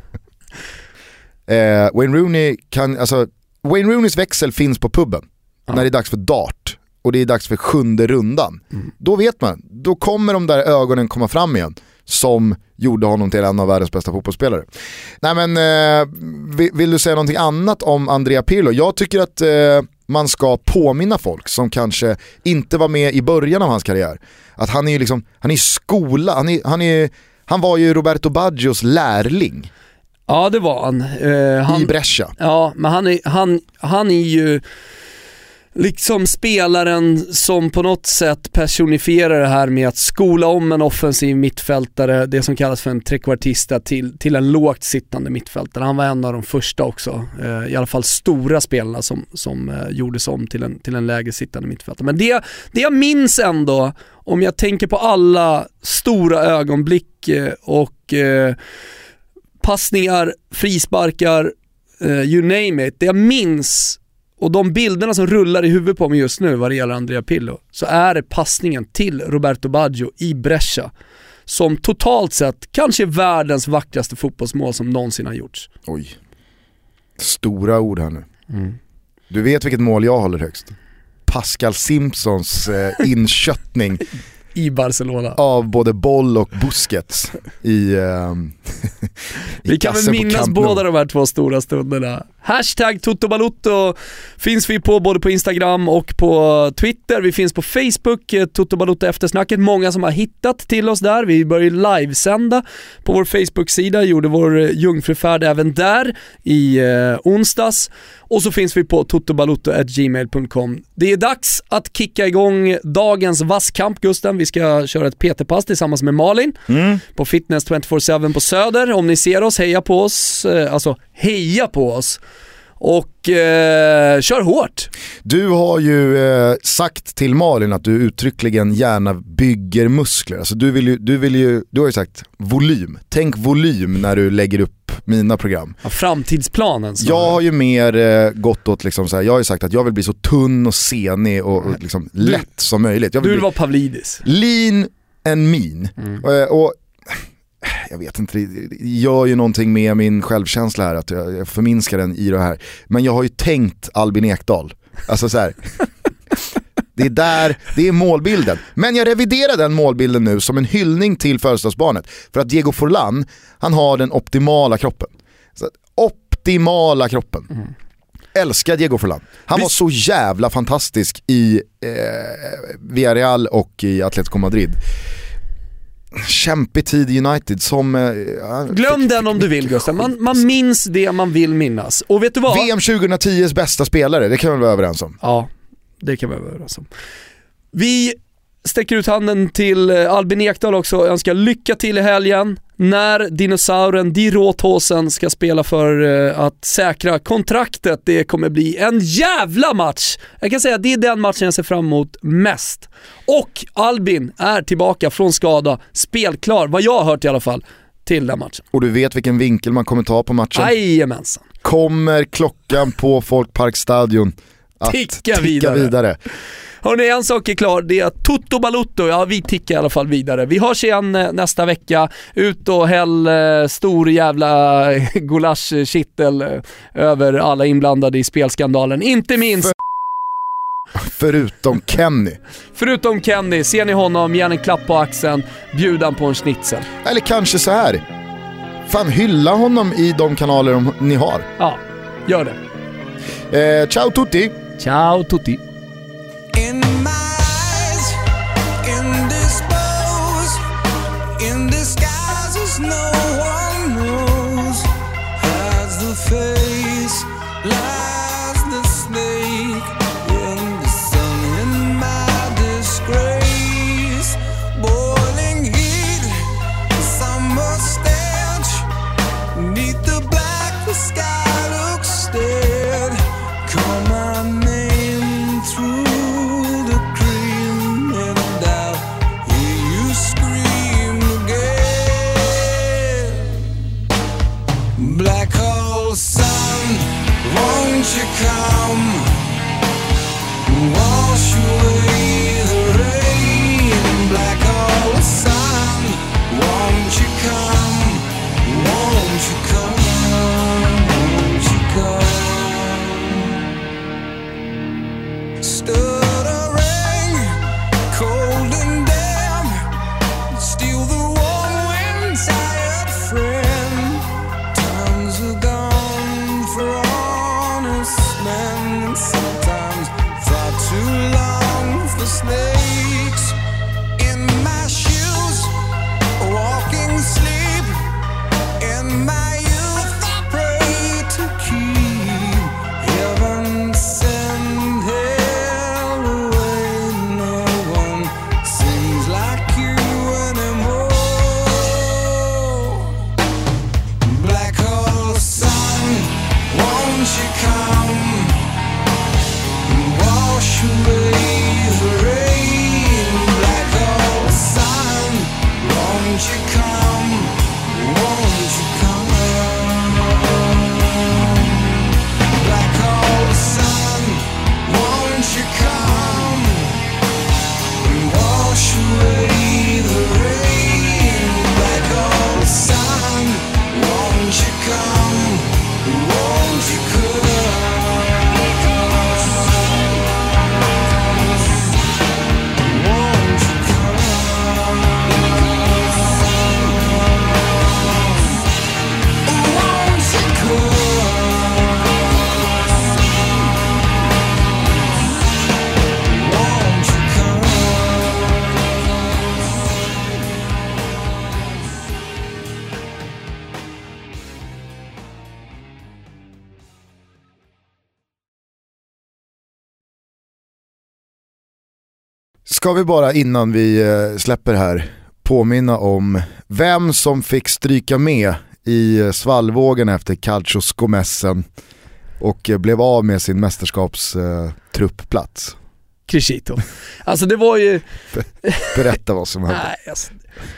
S3: Eh, Wayne Rooney kan, alltså Wayne Rooneys växel finns på puben ja. när det är dags för dart och det är dags för sjunde rundan. Mm. Då vet man, då kommer de där ögonen komma fram igen. som gjorde honom till en av världens bästa fotbollsspelare. Nej men, eh, vill, vill du säga någonting annat om Andrea Pirlo? Jag tycker att eh, man ska påminna folk som kanske inte var med i början av hans karriär. Att han är ju liksom, han är skola, han, är, han, är, han var ju Roberto Baggios lärling.
S4: Ja, det var han. Uh, han
S3: I Brescia.
S4: Ja, men han är, han, han är ju liksom spelaren som på något sätt personifierar det här med att skola om en offensiv mittfältare, det som kallas för en trekvartista, till, till en lågt sittande mittfältare. Han var en av de första också, eh, i alla fall stora spelarna som, som eh, gjordes om till en, till en lägre sittande mittfältare. Men det, det jag minns ändå, om jag tänker på alla stora ögonblick eh, och eh, passningar, frisparkar, eh, you name it, det jag minns och de bilderna som rullar i huvudet på mig just nu vad det gäller Andrea Pirlo, så är det passningen till Roberto Baggio i Brescia som totalt sett kanske är världens vackraste fotbollsmål som någonsin har gjorts.
S3: Oj, stora ord här nu.
S4: Mm.
S3: Du vet vilket mål jag håller högst? Pascal Simpsons eh, inköttning
S4: i Barcelona
S3: av både boll och Busquets i, eh, i
S4: vi kan väl minnas båda de här två stora stunderna. Hashtag Totobalutto finns vi på både på Instagram och på Twitter. Vi finns på Facebook, Totobalutto eftersnacket. Många som har hittat till oss där. Vi börjar livesända på vår Facebook-sida. Gjorde vår jungfrufärd även där i eh, onsdags. Och så finns vi på totobalutto at gmail dot com. Det är dags att kicka igång dagens vasskamp, Gusten. Vi ska köra ett P T-pass tillsammans med Malin
S3: mm.
S4: på Fitness tjugofyra sju på Söder. Om ni ser oss, heja på oss. Alltså, heja på oss. Och eh, kör hårt.
S3: Du har ju eh, sagt till Malin att du uttryckligen gärna bygger muskler. Alltså du vill ju, du vill ju, du har ju sagt volym. Tänk volym när du lägger upp mina program.
S4: Ja, framtidsplanen. Så.
S3: Jag har ju mer eh, gått åt liksom så här, jag har ju sagt att jag vill bli så tunn och senig och, och liksom
S4: du,
S3: lätt som möjligt. Jag vill
S4: du vill
S3: bli
S4: vara Pavlidis.
S3: Lean and mean. Mm. Och, och jag vet inte, det gör ju någonting med min självkänsla här, att jag förminskar den i det här. Men jag har ju tänkt Albin Ekdal. Alltså så här. Det är där, det är målbilden. Men jag reviderar den målbilden nu som en hyllning till födelsedagsbarnet. För att Diego Forlán, han har den optimala kroppen. Så, optimala kroppen. Mm. Älskar Diego Forlán. Han Visst. var så jävla fantastisk i eh, Villarreal och i Atletico Madrid. Kämpig tid i United som eh,
S4: glöm
S3: fick,
S4: den om du vill, Gustav. Man, man minns det man vill minnas. Och vet du vad?
S3: V M tjugohundratio:s bästa spelare, det kan vi vara överens om.
S4: Ja, det kan vi vara överens om. Vi sträcker ut handen till Albin Ekdal också och önskar lycka till i helgen när dinosauren Di Råthåsen ska spela för att säkra kontraktet. Det kommer bli en jävla match. Jag kan säga att det är den matchen jag ser fram emot mest. Och Albin är tillbaka från skada, spelklar, vad jag har hört i alla fall, till den matchen.
S3: Och du vet vilken vinkel man kommer ta på matchen?
S4: Jajamensan.
S3: Kommer klockan på Folkparkstadion att
S4: ticka,
S3: ticka
S4: vidare.
S3: vidare.
S4: Hörrni, en sak är klar, det är att Toto Balutto, ja vi tickar i alla fall vidare. Vi hörs igen nästa vecka, ut och häll eh, stor jävla gulaschkittel eh, över alla inblandade i spelskandalen. Inte minst
S3: För... Förutom Kenny.
S4: Förutom Kenny, ser ni honom, ge en klapp på axeln, bjudan på en schnitzel.
S3: Eller kanske så här. Fan, hylla honom i de kanaler ni har.
S4: Ja, gör det.
S3: Eh, ciao tutti.
S4: Ciao tutti.
S7: In my eyes, indisposed, in disguises no one knows, hides the face, lies the snake, in the sun, in my disgrace, boiling heat, summer stench, neath the black, the sky looks dead, call my name through black hole sun, won't
S3: Ska vi bara innan vi släpper här påminna om vem som fick stryka med i svallvågen efter Calcio-skomessen och blev av med sin mästerskapstruppplats.
S4: Crescito. Alltså det var ju...
S3: Berätta vad som hände.
S4: Nej, alltså...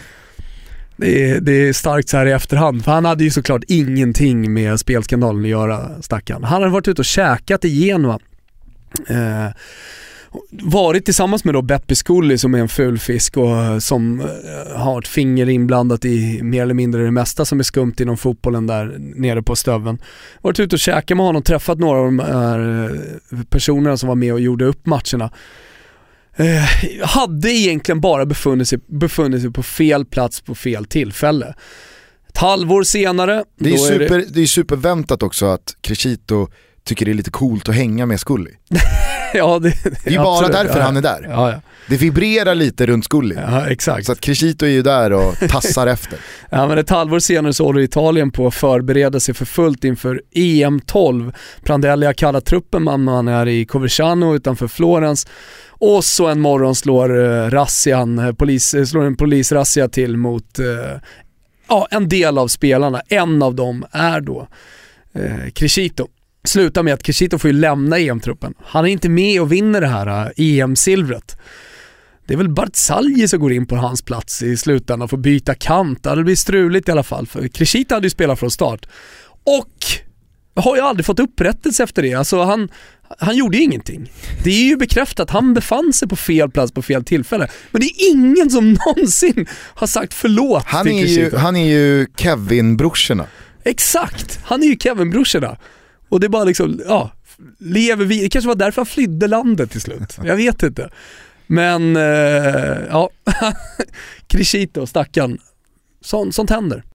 S4: det, är, det är starkt så här i efterhand, för han hade ju såklart ingenting med spelskandalen att göra, stackaren. Han hade varit ute och käkat i Genua. Eh, varit tillsammans med då Beppe Scully som är en ful fisk och som uh, har ett finger inblandat i mer eller mindre det mesta som är skumt inom fotbollen där nere på Stöven. Varit ute och käkat med honom, träffat några av de här uh, personerna som var med och gjorde upp matcherna. Uh, hade egentligen bara befunnit sig, befunnit sig på fel plats på fel tillfälle. Ett halvår senare...
S3: Det är,
S4: då
S3: super,
S4: är det...
S3: det är superväntat också att Crescito tycker det är lite coolt att hänga med Scully.
S4: Ja, det,
S3: det är ju bara
S4: absolut.
S3: därför
S4: ja,
S3: han är där.
S4: Ja, ja.
S3: Det vibrerar lite runt Scully.
S4: Ja, exakt.
S3: Så att Crescito är ju där och tassar efter.
S4: Ja, men ett halvår senare så håller Italien på att förbereda sig för fullt inför E M tolv. Prandelli kallar truppen, man är i Coverciano utanför Florens. Och så en morgon slår uh, razzian, polis, slår en polisrazzia till mot uh, ja, en del av spelarna. En av dem är då uh, Crescito. Slutar med att Crescito får ju lämna E M-truppen. Han är inte med och vinner det här uh, E M-silvret. Det är väl Barzagli som går in på hans plats i slutändan och får byta kant. Det blir struligt i alla fall, för Crescito hade ju spelat från start. Och har ju aldrig fått upprättelse efter det. Alltså han, han gjorde ju ingenting. Det är ju bekräftat, han befann sig på fel plats på fel tillfälle. Men det är ingen som någonsin har sagt förlåt
S3: han
S4: till
S3: är
S4: Crescito.
S3: ju, Han är ju Kevin-brorsorna.
S4: Exakt, han är ju Kevin-brorsorna. Och det är bara liksom, ja, lever vi. Det kanske var därför han flydde landet till slut. Jag vet inte. Men, eh, ja, Crescito, stackarn. Sånt, sånt händer.